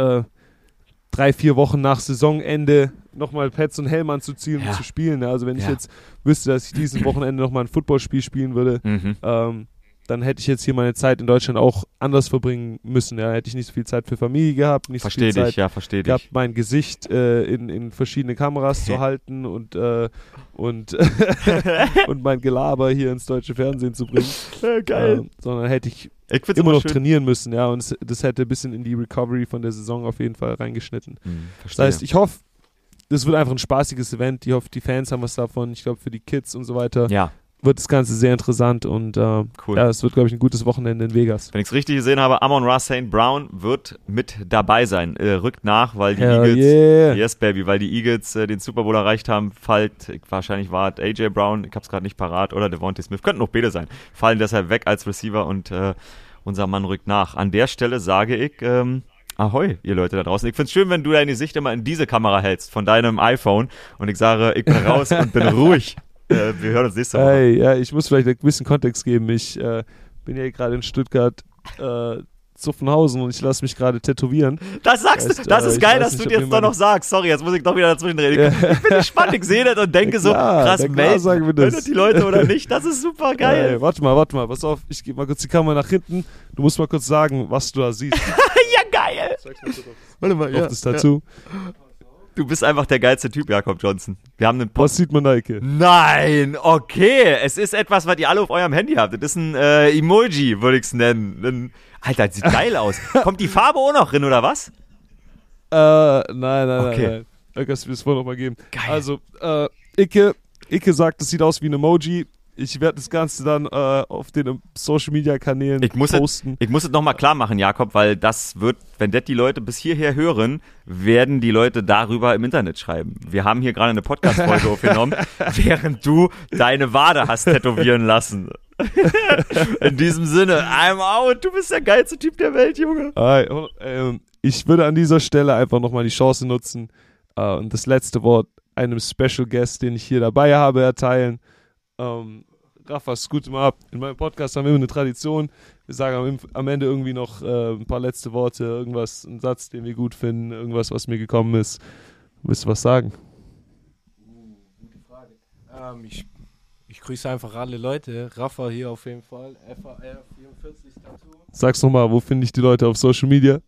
3-4 Wochen nach Saisonende nochmal Pads und Helm anzuziehen und zu spielen. Also wenn ich jetzt wüsste, dass ich dieses Wochenende nochmal ein Footballspiel spielen würde, dann hätte ich jetzt hier meine Zeit in Deutschland auch anders verbringen müssen. Ja, hätte ich nicht so viel Zeit für Familie gehabt, nicht so viel Zeit gehabt, mein Gesicht in verschiedene Kameras zu halten und mein Gelaber hier ins deutsche Fernsehen zu bringen. Geil. Sondern hätte ich immer noch trainieren müssen, ja, und das hätte ein bisschen in die Recovery von der Saison auf jeden Fall reingeschnitten. Das heißt, ich hoffe, das wird einfach ein spaßiges Event. Ich hoffe, die Fans haben was davon. Ich glaube, für die Kids und so weiter wird das Ganze sehr interessant und cool. Es wird, glaube ich, ein gutes Wochenende in Vegas. Wenn ich es richtig gesehen habe, Amon-Ra St. Brown wird mit dabei sein. Rückt nach, weil die Eagles, weil die Eagles den Super Bowl erreicht haben, wahrscheinlich war es AJ Brown, ich habe es gerade nicht parat, oder Devontae Smith, könnten noch beide sein, fallen deshalb weg als Receiver und unser Mann rückt nach. An der Stelle sage ich, Ahoi, ihr Leute da draußen. Ich find's schön, wenn du deine Sicht immer in diese Kamera hältst von deinem iPhone und ich sage, ich bin raus und bin ruhig. Wir hören uns nächste Woche. Hey, ja, ich muss vielleicht ein bisschen Kontext geben. Ich bin ja gerade in Stuttgart Zuffenhausen und ich lasse mich gerade tätowieren. Das sagst du, das ist geil, dass du dir jetzt doch noch sagst. Sorry, jetzt muss ich doch wieder dazwischen reden. Ich bin gespannt, ich sehe das und denke so, krass, hören das die Leute oder nicht? Das ist super geil. Hey, warte mal, pass auf, ich gebe mal kurz die Kamera nach hinten. Du musst mal kurz sagen, was du da siehst. Ja, geil. Warte mal, auf das Tattoo. Du bist einfach der geilste Typ, Jakob Johnson. Wir haben einen Was sieht man da, Icke? Nein, okay. Es ist etwas, was ihr alle auf eurem Handy habt. Das ist ein Emoji, würde ich es nennen. Alter, das sieht geil aus. Kommt die Farbe auch noch drin, oder was? Nein. Ich kann es mir das vorher nochmal geben. Geil. Also, Icke sagt, es sieht aus wie ein Emoji. Ich werde das Ganze dann auf den Social-Media-Kanälen posten. Ich muss es nochmal klar machen, Jakob, weil das wird, wenn das die Leute bis hierher hören, werden die Leute darüber im Internet schreiben. Wir haben hier gerade eine Podcast-Folge aufgenommen, während du deine Wade hast tätowieren lassen. In diesem Sinne, I'm out. Du bist der geilste Typ der Welt, Junge. Ich würde an dieser Stelle einfach nochmal die Chance nutzen und das letzte Wort einem Special Guest, den ich hier dabei habe, erteilen. Rafa, gut mal ab. In meinem Podcast haben wir immer eine Tradition. Wir sagen am Ende irgendwie noch ein paar letzte Worte, irgendwas, einen Satz, den wir gut finden, irgendwas, was mir gekommen ist. Willst du was sagen? Gute Frage. Ich grüße einfach alle Leute. Rafa hier auf jeden Fall. FAR44 Tattoo. Sag's nochmal, wo finde ich die Leute auf Social Media?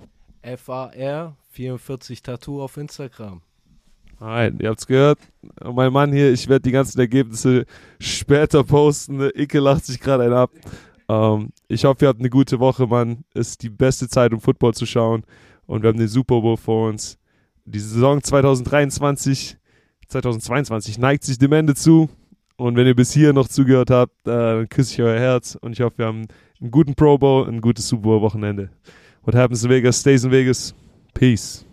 FAR44 Tattoo auf Instagram. Nein, ihr habt's gehört. Mein Mann hier, ich werde die ganzen Ergebnisse später posten. Icke lacht sich gerade einen ab. Ich hoffe, ihr habt eine gute Woche, Mann. Ist die beste Zeit, um Football zu schauen. Und wir haben den Super Bowl vor uns. Die Saison 2022 neigt sich dem Ende zu. Und wenn ihr bis hier noch zugehört habt, dann küsse ich euer Herz. Und ich hoffe, wir haben einen guten Pro Bowl, ein gutes Super Bowl Wochenende. What happens in Vegas stays in Vegas. Peace.